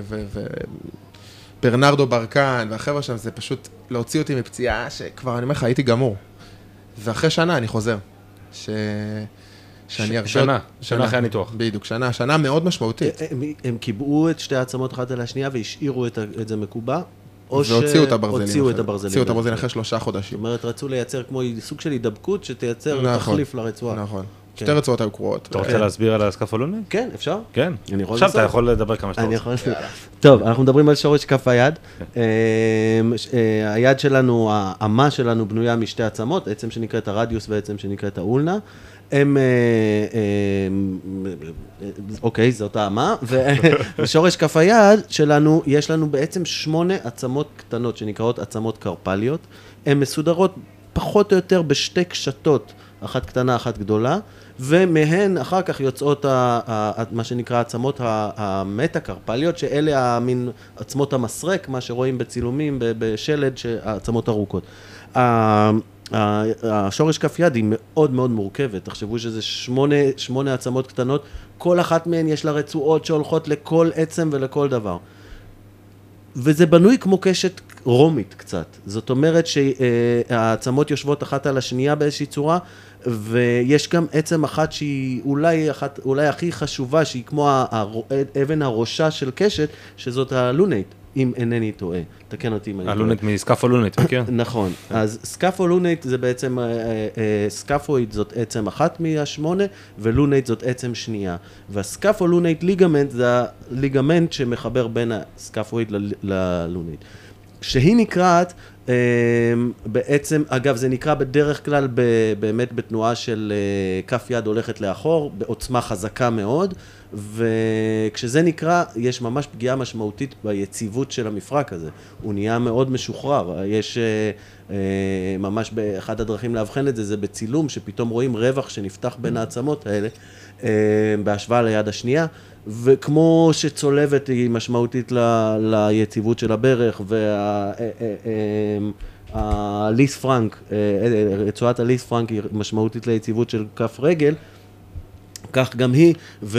וברנרדו ברקן, והחבר'ה שם, זה פשוט להוציא אותי מפציעה, שכבר אני אומר לך, הייתי גמור. ואחרי שנה אני חוזר. ש... שאני ארשה... שנה, שנה אחרי הניתוח. בדיוק, שנה, שנה מאוד משמעותית. הם קיבעו את שתי העצמות אחת על השנייה, והשאירו את זה מקובע, או שהוציאו את הברזלים. הוציאו את הברזלים. הוציאו את הברזלים אחרי שלושה חודשים. זאת אומרת, רצו לייצר כמו סוג של הידבקות, שתייצר תחליף לרצועה. נכון. שתי רצועות היו קרועות. אתה רוצה להסביר על הסקאפולונט? כן, אפשר. כן. עכשיו אתה יכול לדבר כמה שאתה רוצה. טוב, אנחנו מדברים על שורש כף היד. היד שלנו, האמה שלנו בנויה משתי עצמות, עצם שנקראת הרדיוס ועצם שנקראת האולנה. הם, אוקיי, זאת האמה, ושורש כף היד שלנו, יש לנו בעצם שמונה עצמות קטנות שנקראות עצמות קרפליות. הן מסודרות פחות או יותר בשתי קשתות, אחת קטנה, אחת גדולה, ומהן אחר כך יוצאות ה, ה, מה שנקרא עצמות המטה-קרפליות, שאלה המין עצמות המסרק, מה שרואים בצילומים, בשלד, העצמות ארוכות. השורש כף יד היא מאוד מאוד מורכבת, תחשבו שזה שמונה, שמונה עצמות קטנות, כל אחת מהן יש לה רצועות שהולכות לכל עצם ולכל דבר. וזה בנוי כמו קשת רומית קצת, זאת אומרת שהעצמות יושבות אחת על השנייה באיזושהי צורה, ויש גם עצם אחת שהיא אולי, אחת, אולי הכי חשובה, שהיא כמו האבן הראשה של קשת, שזאת הלונט, אם אינני טועה. תקן אותי אם אני טועה. הלונט מסקאפולונט, כן? נכון. אז סקאפולונט זה בעצם, סקאפואיד זאת עצם אחת מהשמונה, ולונט זאת עצם שנייה. והסקאפולונט ליגמנט זה הליגמנט שמחבר בין הסקאפואיד ללונט. שהיא נקראת, בעצם, אגב, זה נקרא בדרך כלל באמת בתנועה של כף יד הולכת לאחור, בעוצמה חזקה מאוד, וכשזה נקרא, יש ממש פגיעה משמעותית ביציבות של המפרק הזה. הוא נהיה מאוד משוחרר. יש ממש באחד הדרכים להבחן את זה, זה בצילום, שפתאום רואים רווח שנפתח בין העצמות האלה, בהשוואה ליד השנייה, וכמו שצולבת היא משמעותית ל, ליציבות של הברך, והליס פרנק, רצועת הליס פרנק היא משמעותית ליציבות של כף רגל, כך גם היא,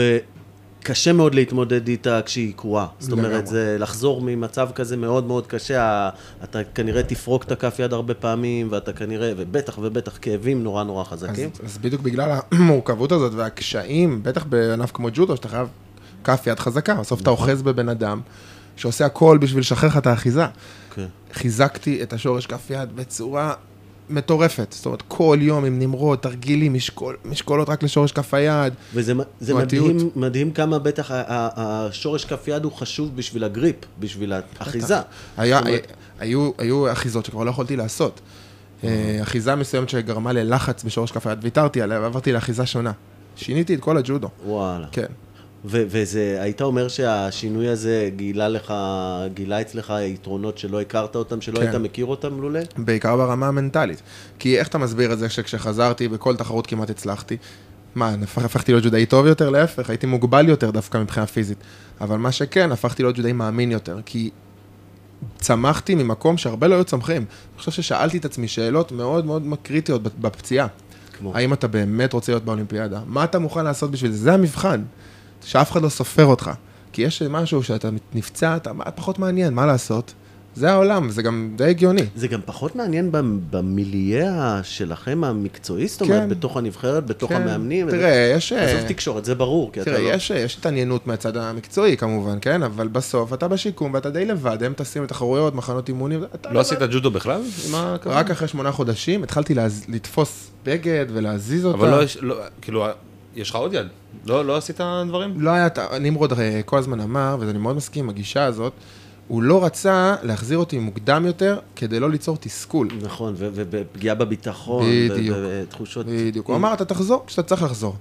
וקשה מאוד להתמודד איתה כשהיא קרואה. זאת אומרת, לגמרי. זה לחזור ממצב כזה מאוד מאוד קשה, אתה כנראה תפרוק את הכף יד הרבה פעמים, ואתה כנראה, ובטח ובטח כאבים נורא נורא חזקים. אז, אז בדיוק בגלל המורכבות הזאת והקשיים, בטח בענף כמו ג'ודו, שאתה חייב כף יד חזקה, בסוף אתה אוחז בבן אדם, שעושה הכל בשביל לשחרר לך את האחיזה. כן. חיזקתי את השורש כף יד בצורה מטורפת, זאת אומרת, כל יום עם נמרוד, תרגילים, משקול, משקולות רק לשורש כף היד. וזה זה תנועתיות. מדהים, מדהים כמה בטח ה- ה- השורש כף יד הוא חשוב בשביל הגריפ, בשביל האחיזה. היה, זאת אומרת- היו, היו אחיזות שכבר לא יכולתי לעשות. אה, אחיזה מסוימת שגרמה ללחץ בשורש כף היד, ויתרתי עליה, ועברתי לאחיזה שונה. שיניתי את כל הג'ודו. וואלה. כן. ו- וזה, היית אומר שהשינוי הזה גילה לך, גילה אצלך יתרונות שלא הכרת אותם, שלא כן. היית מכיר אותם לולא? בעיקר ברמה המנטלית. כי איך אתה מסביר את זה שכשחזרתי בכל תחרות כמעט הצלחתי? מה, הפכתי להיות ג'ודאי טוב יותר? להפך, הייתי מוגבל יותר דווקא מבחינה פיזית. אבל מה שכן, הפכתי להיות ג'ודאי מאמין יותר, כי צמחתי ממקום שהרבה לא היו צמחים. אני חושב ששאלתי את עצמי שאלות מאוד מאוד קריטיות בפציעה. כמו? האם אתה באמת רוצה להיות באולימפיאדה? מה אתה מוכן לעשות בשביל זה? זה המבחן. שאף אחד לא סופר אותך. כי יש משהו שאתה נפצע, אתה פחות מעניין, מה לעשות? זה העולם, זה גם די הגיוני. זה גם פחות מעניין במיליה שלכם המקצועי, זאת אומרת, כן. בתוך הנבחרת, בתוך כן. המאמנים. תראה, יש... עזוב תקשורת, זה ברור, כי אתה תראה, לא... יש, יש התעניינות מהצד המקצועי כמובן, כן? אבל בסוף אתה בשיקום ואתה די לבד, הם טסים לתחרויות, מחנות אימונים, אתה לא לבד. עשית ג'ודו בכלל? עם הכוון? רק אחרי שמונה חודשים התחלתי להז... לתפוס בגד ולהזיז אותה. אבל לא, יש- לא, כאילו, יש לך עוד יד? לא, לא עשית דברים? לא היה, נמרוד הרי כל הזמן אמר, ואני מאוד מסכים עם הגישה הזאת, הוא לא רצה להחזיר אותי מוקדם יותר, כדי לא ליצור תסכול. נכון, ו- ופגיעה בביטחון, בדיוק. ו- ותחושות... בדיוק. הוא אמר, אתה תחזור כשאתה צריך לחזור.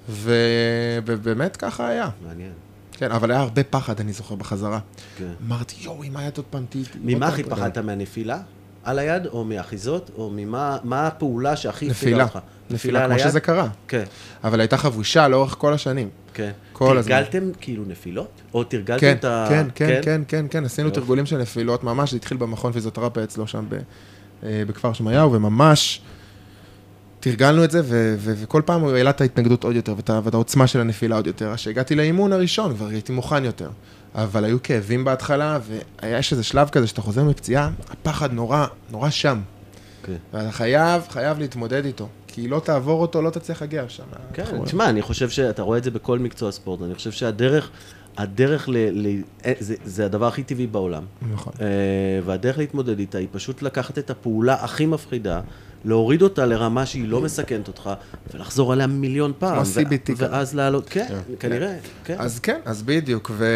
ו- ובאמת ככה היה. מעניין. כן, אבל היה הרבה פחד, אני זוכר, בחזרה. כן. אמרתי, יואו, אם היה עוד פעם תהיתי. ממה הכי פחדת? מהנפילה? על היד, או מאחיזות, או ממה מה הפעולה שהכי הפעילה נפילה. אותך? נפילה, על כמו היד? שזה קרה. כן, אבל הייתה חבושה לאורך כל השנים. כן. כל הזמן. תרגלתם כאילו נפילות? או תרגלתם כן, את ה... כן, כן, כן, כן, כן, עשינו יופי. תרגולים של נפילות, ממש, זה התחיל במכון פיזיותרפיה אצלו שם ב- אה, בכפר שמריהו, וממש תרגלנו את זה, ו- ו- וכל פעם הוא העלה את ההתנגדות עוד יותר, ואת ה- ואת העוצמה של הנפילה עוד יותר. אז שהגעתי לאימון הראשון, כבר הייתי מוכן יותר. אבל היו כאבים בהתחלה, ויש איזה שלב כזה שאתה חוזר מפציעה, הפחד נורא, נורא שם. כן. ואתה חייב, חייב להתמודד איתו. כי לא תעבור אותו, לא תצליח להגיע שם. כן, תשמע, אני חושב שאתה רואה את זה בכל מקצוע ספורט, אני חושב שהדרך, הדרך ל... ל... זה, זה הדבר הכי טבעי בעולם. נכון. אה, והדרך להתמודד איתה היא פשוט לקחת את הפעולה הכי מפחידה, להוריד אותה לרמה שהיא לא מסכנת אותך, ולחזור עליה מיליון פעם. כמו סי בי טי כזה. ואז לעלות, כן, כנראה, כן. אז כן, אז בדיוק, ו...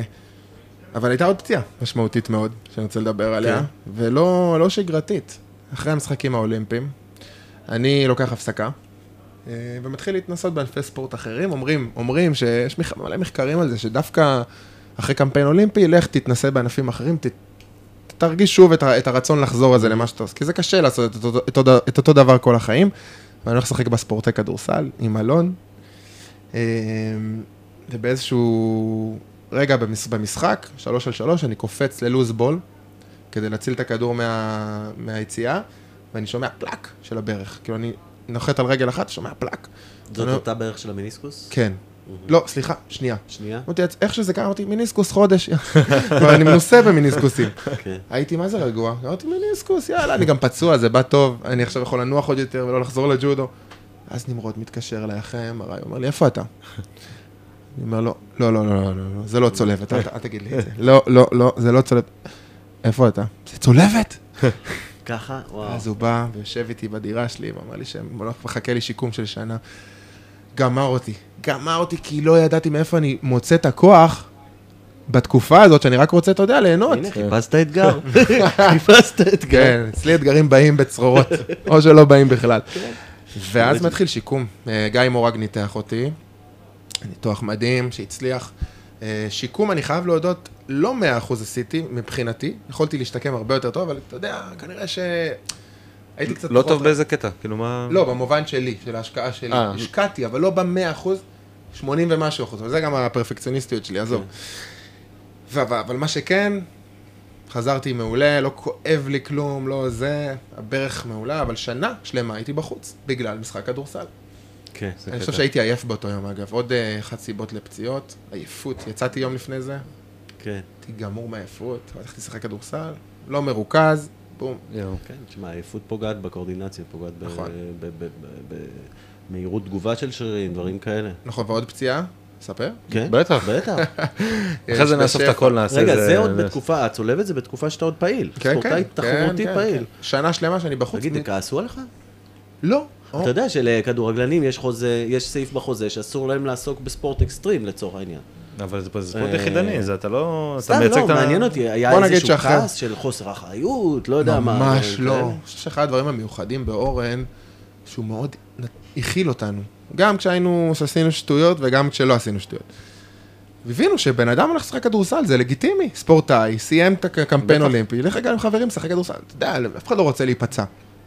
אבל הייתה עוד פציעה משמעותית מאוד, שאני רוצה לדבר עליה, ולא לא שגרתית. אחרי המשחקים האולימפיים, אני לוקח הפסקה, אה, ומתחיל להתנסות בענפי ספורט אחרים. אומרים, אומרים שיש מח... מלא מחקרים על זה, שדווקא אחרי קמפיין אולימפי, לך תתנסה בענפים אחרים, ת... תרגיש שוב את, ה... את הרצון לחזור הזה למה שאתה עושה, כי זה קשה לעשות את אותו, את אותו, את אותו דבר כל החיים. ואני הולך לשחק בספורטי כדורסל עם אלון, אה, ובאיזשהו רגע במש... במשחק, שלוש על שלוש, אני קופץ ללוז בול, כדי להציל את הכדור מה... מהיציאה, ואני שומע פלק של הברך. כאילו אני נוחת על רגל אחת, שומע פלק. זאת אני... אותה בערך של המיניסקוס? כן. לא, סליחה, שנייה. שנייה? אמרתי, איך שזה קרה, אמרתי, מיניסקוס חודש. כבר אני מנוסה במיניסקוסים. כן. הייתי, מה זה רגוע? אמרתי, מיניסקוס, יאללה, אני גם פצוע, זה בא טוב, אני עכשיו יכול לנוח עוד יותר ולא לחזור לג'ודו. אז נמרוד מתקשר אליי אחרי אם הרי, הוא אומר לי, איפה אתה? אני אומר, לא, לא, לא, לא, לא, לא, זה לא צולבת, אל אל תגיד לי את זה. לא, לא, לא, זה לא צולבת. איפה אתה? זה צולבת? ככה? וואו. אז הוא בא ויושב איתי בדירה שלי, ואמר לי שמחכה לי שיקום של שנה. גמר אותי, גמר אותי, כי לא ידעתי מאיפה אני מוצא את הכוח בתקופה הזאת, שאני רק רוצה, אתה יודע, ליהנות. הנה, חיפשת אתגר. חיפשת אתגר. כן, אצלי אתגרים באים בצרורות, או שלא באים בכלל. ואז מתחיל שיקום. גיא מורג ניתח אותי, ניתוח מדהים שהצליח. שיקום, אני חייב להודות, לא מאה אחוז עשיתי מבחינתי, יכולתי להשתקם הרבה יותר טוב, אבל אתה יודע, כנראה ש... הייתי קצת... לא טוב באיזה קטע, כאילו מה... לא, במובן שלי, של ההשקעה שלי. אה. השקעתי, אבל לא במאה אחוז, שמונים ומשהו אחוז, וזה גם הפרפקציוניסטיות שלי, עזוב. ו- אבל מה שכן, חזרתי מעולה, לא כואב לי כלום, לא זה, הברך מעולה, אבל שנה שלמה הייתי בחוץ, בגלל משחק כדורסל. כן. אני חושב שהייתי עייף באותו יום, אגב. עוד אחת סיבות לפציעות, עייפות. יצאתי יום לפני זה, כן. הייתי גמור מהעייפות, הלכתי לשחק כדורסל, לא מרוכז, בום. כן, תשמע, העייפות פוגעת בקואורדינציה, פוגעת נכון. במהירות תגובה של שרירים, דברים כאלה. נכון, ועוד פציעה? ספר? כן? בטח. בטח. אחרי זה נאסוף את הכל, נעשה רגע, זה עוד בתקופה, הצולבת זה בתקופה שאתה עוד פעיל. כן, ספורטאי כן, תחרותי כן, פעיל. כן. שנה שלמה שאני בחוץ. תגיד, מ- כעסו עליך? לא. אתה יודע שלכדורגלנים יש חוזה, יש סעיף בחוזה שאסור להם לעסוק בספורט אקסטרים לצורך העניין. אבל זה זה ספורט יחידני, זה אתה לא... אתה סתם מייצג לא, את ה- מעניין אותי, היה בוא נגיד איזשהו שאחרי- כעס של חוסר אחריות, לא יודע מה. ממש דברים לא. כאלה. אני חושב שאחד הדברים המיוחדים באורן, שהוא מאוד הכיל אותנו. גם כשהיינו, שעשינו שטויות וגם כשלא עשינו שטויות. הבינו שבן אדם הולך לשחק כדורסל, זה לגיטימי. ספורטאי, סיים את הקמפיין אולימפי, לך רגע עם חברים, לשחק כדורסל. אתה יודע, אף אחד לא רוצה להיפצע.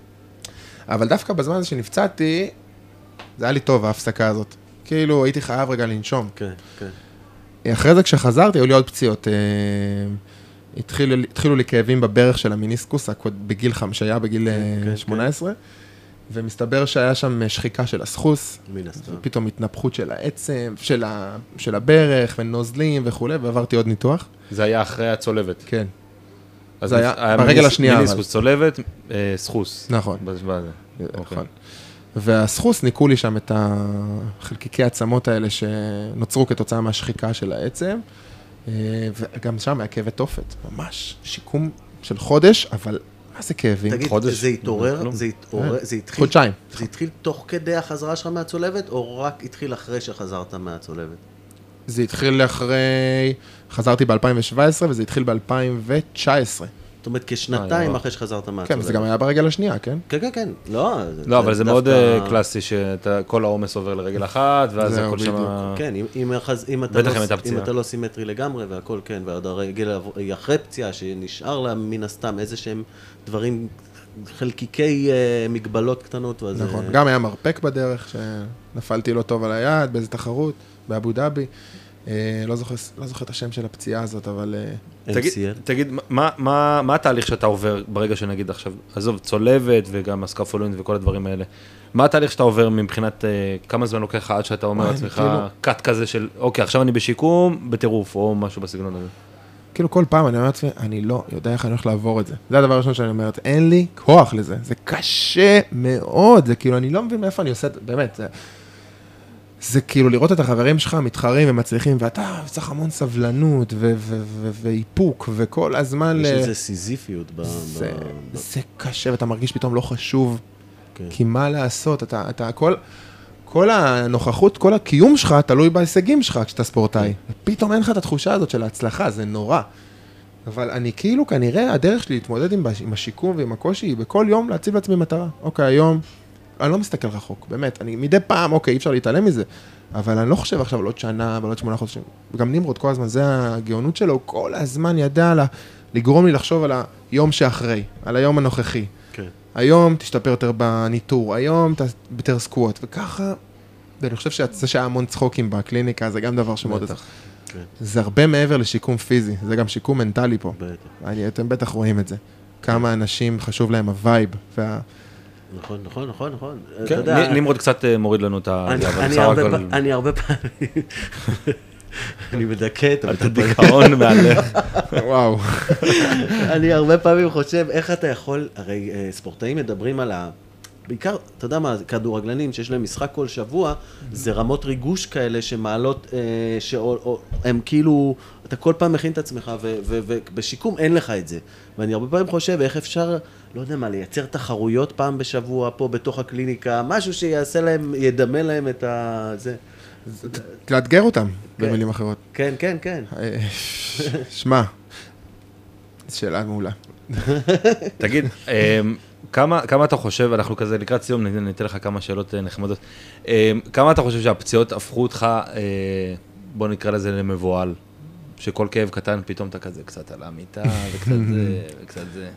אבל דווקא בזמן הזה שנפצעתי, זה היה לי טוב, ההפסקה הזאת. כאילו, הייתי חייב רגע לנשום. כן, כן. אחרי זה כשחזרתי, היו לי עוד פציעות. אה, התחילו, התחילו לי כאבים בברך של המיניסקוס, הקוד- בגיל חמש, שהיה בגיל אה, כן, שמונה עשרה, ומסתבר שהיה שם שחיקה של הסחוס, מן הסתם. ופתאום התנפחות של העצם, של, ה, של הברך, ונוזלים וכו', ועברתי עוד ניתוח. זה היה אחרי הצולבת. כן, אז זה היה מ- ברגל מיניס- השנייה, אבל. מיניסקוס צולבת, אה, סחוס. נכון. בהשוואה לזה. אוקיי. נכון. והסחוס ניקו לי שם את החלקיקי העצמות האלה שנוצרו כתוצאה מהשחיקה של העצם, אה, וגם שם היה כאבי תופת, ממש. שיקום של חודש, אבל מה זה כאבים? תגיד, חודש. זה התעורר, כלום. זה התעורר, זה התחיל... חודשיים. זה התחיל תוך כדי החזרה שלך מהצולבת, או רק התחיל אחרי שחזרת מהצולבת? זה התחיל אחרי, חזרתי ב-אלפיים שבע עשרה וזה התחיל ב-אלפיים תשע עשרה. זאת אומרת, כשנתיים אה, אחרי שחזרת מהצולבת. כן, וזה גם היה ברגל השנייה, כן? כן, כן, כן. לא, לא, אבל זה מאוד דווקא- אה, קלאסי, שכל העומס עובר לרגל אחת, ואז זהו, הכל שם... בדיוק. כן, אם, אם, החז... אם, אתה בטח לא, אם הייתה אם פציעה. אתה לא סימטרי לגמרי והכל, כן, ועוד הרגל היא אחרי פציעה, שנשאר לה מן הסתם איזה שהם דברים, חלקיקי uh, מגבלות קטנות. ואז, נכון. uh, גם היה מרפק בדרך, שנפלתי לא טוב על היד, באיזה תחרות, באבו דאבי. אה, לא זוכר, לא זוכר את השם של הפציעה הזאת, אבל... אה, אם תגיד, סי אל. תגיד, מה, מה, מה התהליך שאתה עובר ברגע שנגיד עכשיו, עזוב, צולבת וגם הסקפולינט וכל הדברים האלה, מה התהליך שאתה עובר מבחינת אה, כמה זמן לוקח לך עד שאתה אומר וואי, לעצמך, כאילו- קאט כזה של, אוקיי, עכשיו אני בשיקום, בטירוף, או משהו בסגנון הזה. כאילו כל פעם אני אומר לעצמי, אני לא יודע איך אני הולך לעבור את זה. זה הדבר הראשון שאני אומרת, אין לי כוח לזה. זה קשה מאוד, זה כאילו, אני לא מבין מאיפה אני עושה את זה, באמת. זה, זה כאילו לראות את החברים שלך מתחרים ומצליחים, ואתה צריך המון סבלנות ו- ו- ו- ואיפוק, וכל הזמן... יש ל- איזה סיזיפיות ב... זה, ב... זה קשה, ואתה מרגיש פתאום לא חשוב, כן. כי מה לעשות, אתה, אתה, כל, כל הנוכחות, כל הקיום שלך תלוי בהישגים שלך כשאתה ספורטאי. ופתאום אין לך את התחושה הזאת של ההצלחה, זה נורא. אבל אני כאילו, כנראה, הדרך שלי להתמודד עם, עם השיקום ועם הקושי, היא בכל יום להציב לעצמי מטרה. אוקיי, היום, אני לא מסתכל רחוק, באמת, אני מדי פעם, אוקיי, אי אפשר להתעלם מזה, אבל אני לא חושב עכשיו על עוד שנה, ועל עוד שמונה חודשים. וגם נמרוד, כל הזמן, זה הגאונות שלו, הוא כל הזמן ידע לה, לגרום לי לחשוב על היום שאחרי, על היום הנוכחי. כן. היום תשתפר יותר בניטור, היום אתה יותר סקווט, וככה, ואני חושב שזה שהיה המון צחוקים בקליניקה, זה גם דבר שמאוד... בטח. כן. זה הרבה מעבר לשיקום פיזי, זה גם שיקום מנטלי פה. בטח. אני, אתם בטח רואים את זה. כמה אנשים חשוב להם הווייב, וה... נכון, נכון, נכון, נכון. אתה כן, יודע, נ- נמרוד קצת אה, מוריד לנו את ה... אני- זה, אבל אני בסך הרבה הכל- פ- אני הרבה פעמים... אני מדכא את אתה המטפל. דיכאון מהלך. וואו. אני הרבה פעמים חושב, איך אתה יכול, הרי אה, ספורטאים מדברים על ה... בעיקר, אתה יודע מה, כדורגלנים שיש להם משחק כל שבוע, זה רמות ריגוש כאלה שמעלות, אה, שהם כאילו, אתה כל פעם מכין את עצמך, ובשיקום אין לך את זה. ואני הרבה פעמים חושב, איך אפשר, לא יודע מה, לייצר תחרויות פעם בשבוע פה בתוך הקליניקה, משהו שיעשה להם, ידמה להם את ה... זה. לאתגר אותם, במילים אחרות. כן, כן, כן. אה, שמע, שאלה מעולה. תגיד, אמ, כמה, כמה אתה חושב, אנחנו כזה לקראת סיום, ניתן, ניתן לך כמה שאלות אה, נחמדות, אמ, כמה אתה חושב שהפציעות הפכו אותך, אה, בוא נקרא לזה למבועל, שכל כאב קטן פתאום אתה כזה קצת על המיטה, וקצת זה, וקצת זה.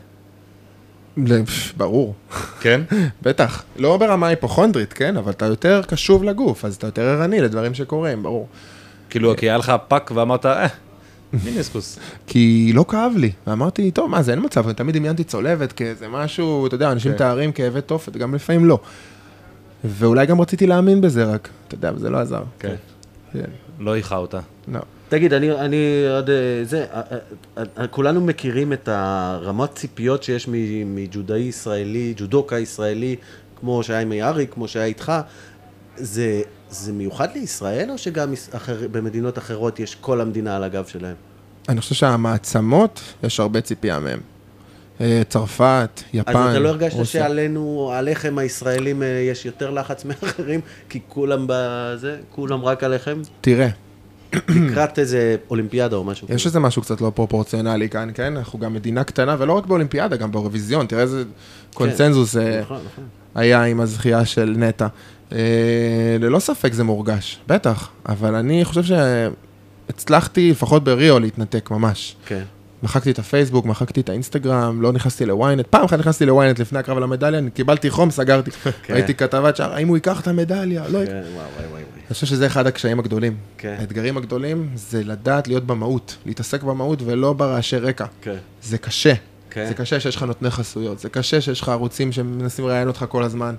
ל- ברור. כן? בטח. לא ברמה היפוכונדרית, כן? אבל אתה יותר קשוב לגוף, אז אתה יותר ערני לדברים שקורים, ברור. כאילו, כי היה לך פאק ואמרת, אה, מיניסקוס. כי לא כאב לי, ואמרתי, טוב, מה זה, אין מצב, אני תמיד דמיינתי צולבת כאיזה משהו, אתה יודע, אנשים כן. תארים כאבי תופת, גם לפעמים לא. ואולי גם רציתי להאמין בזה רק, אתה יודע, וזה לא עזר. כן. כן. לא איכה אותה. לא. תגיד, אני, אני עוד, זה, כולנו מכירים את הרמות ציפיות שיש מג'ודאי ישראלי, ג'ודוקה ישראלי, כמו שהיה עם יארי, כמו שהיה איתך. זה, זה מיוחד לישראל, או שגם אחר, במדינות אחרות יש כל המדינה על הגב שלהם? אני חושב שהמעצמות, יש הרבה ציפייה מהם. צרפת, יפן, אז אתה לא הרגשת שעלינו, עליכם הישראלים, יש יותר לחץ מאחרים, כי כולם בזה, כולם רק עליכם? תראה. לקראת איזה אולימפיאדה או משהו. יש איזה משהו קצת לא פרופורציונלי כאן, כן? אנחנו גם מדינה קטנה, ולא רק באולימפיאדה, גם באירוויזיון. תראה איזה קונצנזוס היה עם הזכייה של נטע. ללא ספק זה מורגש, בטח. אבל אני חושב שהצלחתי, לפחות בריו, להתנתק ממש. כן. מחקתי את הפייסבוק, מחקתי את האינסטגרם, לא נכנסתי לוויינט. פעם אחת נכנסתי לוויינט לפני הקרב על המדליה, אני קיבלתי חום, סגרתי. ראיתי כתבת שער, האם הוא ייקח את המדליה? לא ייקח. אני חושב שזה אחד הקשיים הגדולים. האתגרים הגדולים זה לדעת להיות במהות, להתעסק במהות ולא ברעשי רקע. זה קשה. זה קשה שיש לך נותני חסויות, זה קשה שיש לך ערוצים שמנסים לראיין אותך כל הזמן.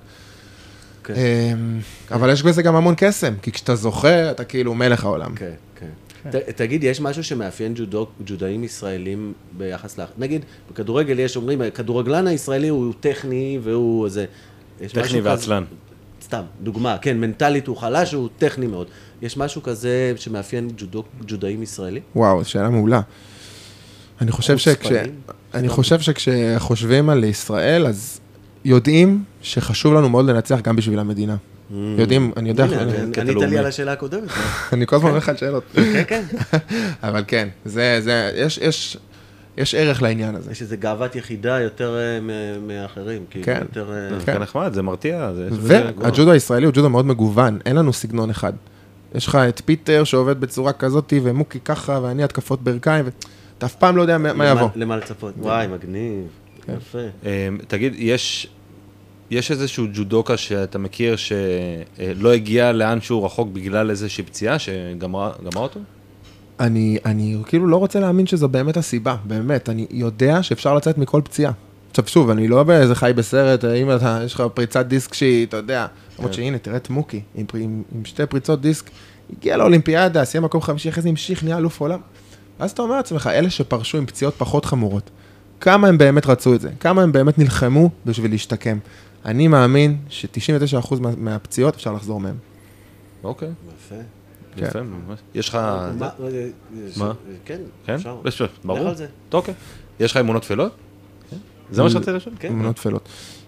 אבל יש בזה גם המון קסם, כי כשאתה זוכר, אתה כאילו מלך העולם. כן, כן. תגיד, יש משהו שמאפיין ג'ודאים ישראלים ביחס לך? נגיד, בכדורגל יש, אומרים, הכדורגלן הישראלי הוא טכני והוא איזה... טכני ועצלן. סתם, דוגמה, כן, מנטלית הוא חלש, הוא טכני מאוד. יש משהו כזה שמאפיין ג'ודאים ישראלי? וואו, שאלה מעולה. אני חושב שכש... אני חושב שכשחושבים על ישראל, אז יודעים שחשוב לנו מאוד לנצח גם בשביל המדינה. יודעים, אני יודע... ענית לי על השאלה הקודמת. אני כל הזמן אומר לך על שאלות. כן, כן. אבל כן, זה, זה, יש, יש, יש ערך לעניין הזה. יש איזו גאוות יחידה יותר מאחרים. כן. כן, נחמד, זה מרתיע. והג'ודו הישראלי הוא ג'ודו מאוד מגוון, אין לנו סגנון אחד. יש לך את פיטר שעובד בצורה כזאת, ומוקי ככה, ואני התקפות ברכיים, ואתה אף פעם לא יודע מה יבוא. למה לצפות? וואי, מגניב. יפה. תגיד, יש... יש איזשהו ג'ודוקה שאתה מכיר שלא הגיע לאן שהוא רחוק בגלל איזושהי פציעה שגמרה אותו? אני, אני כאילו לא רוצה להאמין שזו באמת הסיבה, באמת. אני יודע שאפשר לצאת מכל פציעה. עכשיו שוב, אני לא באיזה חי בסרט, אם אתה, יש לך פריצת דיסק שהיא, אתה יודע, למרות שהנה, תראה את מוקי, עם, עם, עם שתי פריצות דיסק, הגיע לאולימפיאדה, סיים מקום חמישי, אחרי זה המשיך, נהיה אלוף עולם. אז אתה אומר לעצמך, אלה שפרשו עם פציעות פחות חמורות, כמה הם באמת רצו את זה? כמה הם באמת נלחמו בשביל להשתקם? אני מאמין ש-תשעים ותשעה אחוז מהפציעות אפשר לחזור מהם. אוקיי. יפה. יפה, ממש. יש לך... מה? כן, אפשר. ברור. אוקיי. יש לך אמונות תפלות? זה מה שרציתי לשאול? אמונות תפלות.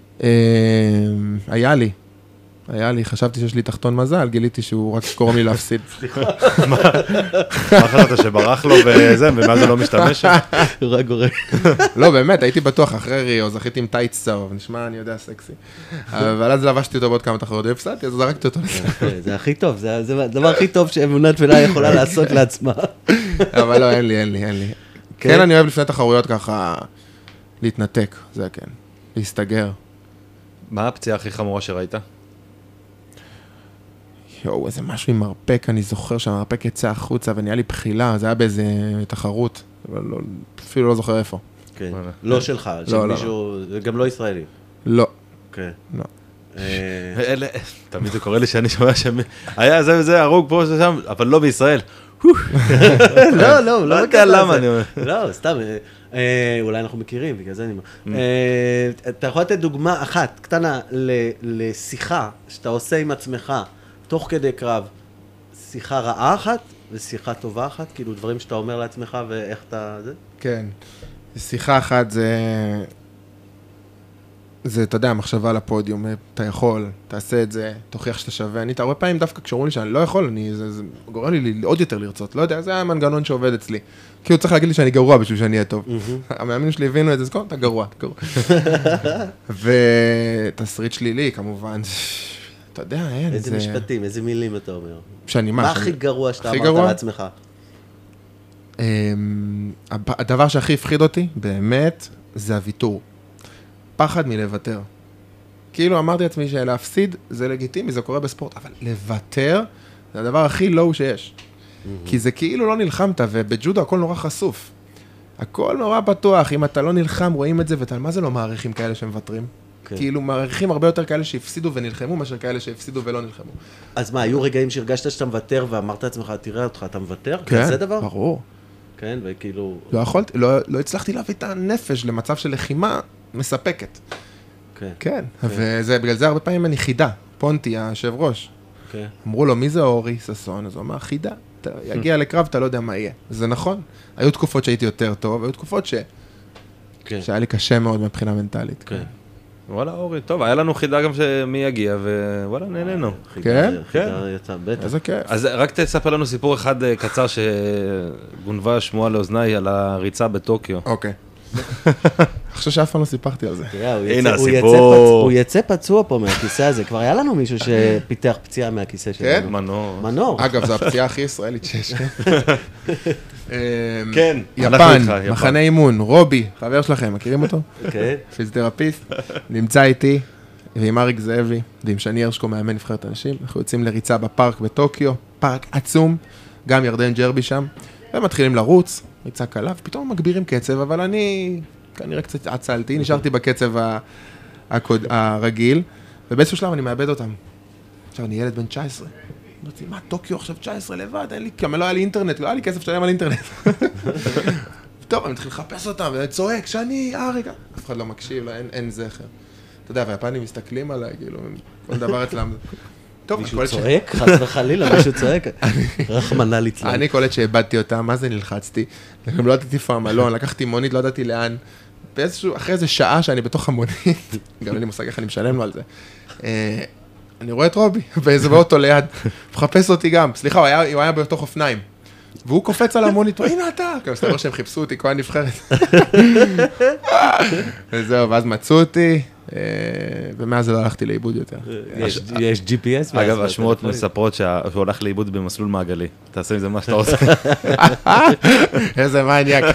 היה לי. היה לי, חשבתי שיש לי תחתון מזל, גיליתי שהוא רק קוראים לי להפסיד. סליחה. מה חשבת שברח לו וזה, ומה זה לא משתמש? הוא רק גורם. לא, באמת, הייתי בטוח אחרי ריו, זכיתי עם טייץ צהוב, נשמע, אני יודע, סקסי. אבל אז לבשתי אותו בעוד כמה תחרות, והפסדתי, אז זרקתי אותו. זה הכי טוב, זה הדבר הכי טוב שאמונה תפלה יכולה לעשות לעצמה. אבל לא, אין לי, אין לי, אין לי. כן, אני אוהב לפני תחרויות ככה להתנתק, זה כן, להסתגר. מה הפציעה הכי חמורה שראית? יואו, איזה משהו עם מרפק, אני זוכר שהמרפק יצא החוצה ונהיה לי בחילה, זה היה באיזה תחרות, אבל לא, אפילו לא זוכר איפה. כן, לא שלך, של מישהו, גם לא ישראלי. לא. כן. לא. אלה, תמיד זה קורה לי שאני שומע שם, היה זה וזה, הרוג פה ושם, אבל לא בישראל. לא, לא, לא יודע למה אני אומר. לא, סתם, אולי אנחנו מכירים, בגלל זה אני אומר. אתה יכול לתת דוגמה אחת, קטנה, לשיחה שאתה עושה עם עצמך, תוך כדי קרב, שיחה רעה אחת ושיחה טובה אחת, כאילו דברים שאתה אומר לעצמך ואיך אתה... זה? כן. שיחה אחת זה... זה, אתה יודע, מחשבה על הפודיום, אתה יכול, תעשה את זה, תוכיח שאתה שווה. אני, הרבה פעמים דווקא כשאומרים לי שאני לא יכול, אני, זה, זה גורם לי עוד יותר לרצות. לא יודע, זה המנגנון שעובד אצלי. כי הוא צריך להגיד לי שאני גרוע בשביל שאני אהיה טוב. המאמינים שלי הבינו את זה, אז קודם, אתה גרוע, אתה גרוע. ותסריט שלילי, כמובן. אתה יודע, אין, איזה זה... משפטים, איזה מילים אתה אומר? שאני מה? מה הכי גרוע שאתה אמרת לעצמך? הדבר שהכי הפחיד אותי, באמת, זה הוויתור. פחד מלוותר. כאילו אמרתי לעצמי שלהפסיד זה לגיטימי, זה קורה בספורט, אבל לוותר זה הדבר הכי לואו שיש. כי זה כאילו לא נלחמת, ובג'ודו הכל נורא חשוף. הכל נורא פתוח, אם אתה לא נלחם, רואים את זה, ומה זה לא מעריכים כאלה שמוותרים? כאילו מעריכים הרבה יותר כאלה שהפסידו ונלחמו, מאשר כאלה שהפסידו ולא נלחמו. אז מה, היו רגעים שהרגשת שאתה מוותר ואמרת לעצמך, תראה אותך, אתה מוותר? כן, זה דבר? ברור. כן, וכאילו... לא יכולתי, לא, לא הצלחתי להביא את הנפש למצב של לחימה מספקת. כן. כן, וזה, בגלל זה הרבה פעמים אני חידה, פונטי, היושב ראש. כן. אמרו לו, מי זה אורי ששון? אז הוא אמר, חידה, אתה יגיע לקרב, אתה לא יודע מה יהיה. זה נכון. היו תקופות שהייתי יותר טוב, היו תקופות ש... כן. שהיה לי קשה מאוד מבחינה מנטלית. כן. וואלה, אורי, טוב, היה לנו חידה גם שמי יגיע, ווואלה, נהנינו. כן? חידה יצא, בטח. איזה כיף. אז רק תספר לנו סיפור אחד קצר שגונבה שמועה לאוזניי על הריצה בטוקיו. אוקיי. אני חושב שאף פעם לא סיפרתי על זה. תראה, הוא הנה יצא- הוא הסיפור. יצא פצ- הוא יצא פצוע פה מהכיסא הזה, כבר היה לנו מישהו שפיתח פציעה מהכיסא שלנו. מנור. מנור. אגב, זו הפציעה הכי ישראלית שיש. אמ, כן, אנחנו יפן, איתך, יפן. מחנה אימון, רובי, חבר שלכם, מכירים אותו? כן. פיזיותרפיסט, נמצא איתי, ועם אריק זאבי, ועם שני הרשקו, מאמן נבחרת הנשים. אנחנו יוצאים לריצה בפארק בטוקיו, פארק עצום, גם ירדן ג'רבי שם, ומתחילים לרוץ, ריצה קלה, ופתאום מגבירים קצב, אבל אני כנראה קצת עצלתי, נשארתי בקצב ה- הקוד- הרגיל, ובאיזשהו שלב אני מאבד אותם. עכשיו, אני ילד בן תשע עשרה. אמרתי, מה, טוקיו עכשיו תשע עשרה לבד? אין לי, גם לא היה לי אינטרנט, לא היה לי כסף לשלם על אינטרנט. טוב, אני מתחיל לחפש אותם, ואני צועק, שאני, אה, רגע. אף אחד לא מקשיב, אין, אין זכר. אתה יודע, והיפנים מסתכלים עליי, כאילו, כל דבר אצלם. טוב, מישהו קולט ש- צועק? חס וחלילה, מישהו צועק? רחמנא ליצלן. אני קולט שאיבדתי אותם, מה זה נלחצתי? גם לא ידעתי איפה המלון, לקחתי מונית, לא ידעתי לאן. באיזשהו, אחרי איזה שעה שאני בתוך המונית, גם אין לי מושג איך אני משלם לו על זה. אה, אני רואה את רובי, באיזה באוטו ליד, מחפש אותי גם. סליחה, הוא היה, הוא היה בתוך אופניים. והוא קופץ על המונית, הנה אתה! כאילו, מסתבר שהם חיפשו אותי, כהן נבחרת. וזהו, ואז מצאו אותי, אה, ומאז לא הלכתי לאיבוד יותר. יש- יש ג'י פי אס? אגב, השמועות מספרות שה- שהוא הולך לאיבוד במסלול מעגלי. תעשה עם זה מה שאתה רוצה. איזה מניאק.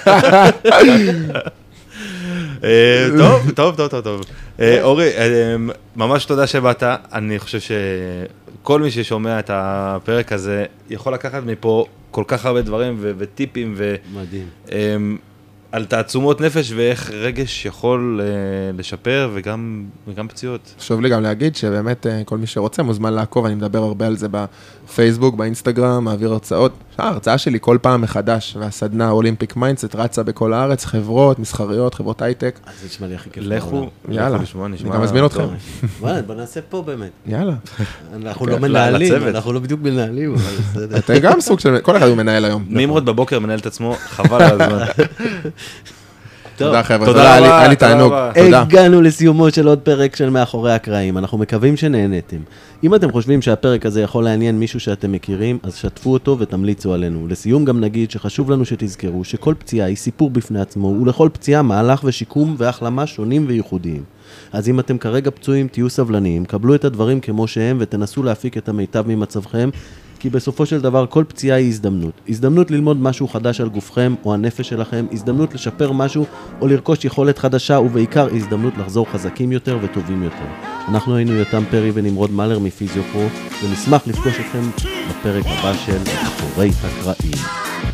אה, טוב, טוב, טוב, טוב, טוב. אה, אורי, אה, ממש תודה שבאת. אני חושב שכל מי ששומע את הפרק הזה יכול לקחת מפה כל כך הרבה דברים ו- וטיפים ו- מדהים. אה, על תעצומות נפש ואיך רגש יכול אה, לשפר וגם וגם פציעות. חשוב לי גם להגיד שבאמת אה, כל מי שרוצה מוזמן לעקוב, אני מדבר הרבה על זה בפייסבוק, באינסטגרם, מעביר הרצאות. ההרצאה שלי כל פעם מחדש, והסדנה אולימפיק מיינדסט רצה בכל הארץ, חברות, מסחריות, חברות הייטק. אז זה נשמע לי הכי כיף. לכו, בעולם. יאללה, לכו לשמוע, אני נשמע גם מזמין אתכם. טוב. וואלה, בוא נעשה פה באמת. יאללה. אנחנו כן, לא מנהלים, לצוות. אנחנו לא בדיוק מנהלים, אבל בסדר. אתה גם סוג של, כל אחד הוא מנהל היום. נמרוד בבוקר מנהל את עצמו, חבל על הזמן. תודה חבר'ה, תודה תודה, היה לי- רבה, היה לי תודה תענוג. רבה. תודה. הגענו לסיומו של עוד פרק של מאחורי הקרעים, אנחנו מקווים שנהנתם. אם אתם חושבים שהפרק הזה יכול לעניין מישהו שאתם מכירים, אז שתפו אותו ותמליצו עלינו. לסיום גם נגיד שחשוב לנו שתזכרו שכל פציעה היא סיפור בפני עצמו, ולכל פציעה מהלך ושיקום והחלמה שונים וייחודיים. אז אם אתם כרגע פצועים, תהיו סבלניים, קבלו את הדברים כמו שהם ותנסו להפיק את המיטב ממצבכם, כי בסופו של דבר כל פציעה היא הזדמנות. הזדמנות ללמוד משהו חדש על גופכם או הנפש שלכם, הזדמנות לשפר משהו או לרכוש יכולת חדשה, ובעיקר הזדמנות לחזור חזקים יותר וטובים יותר. אנחנו היינו יותם פרי ונמרוד מלר מפיזיופרו, ונשמח לפגוש אתכם בפרק הבא של מאחורי הקרעים.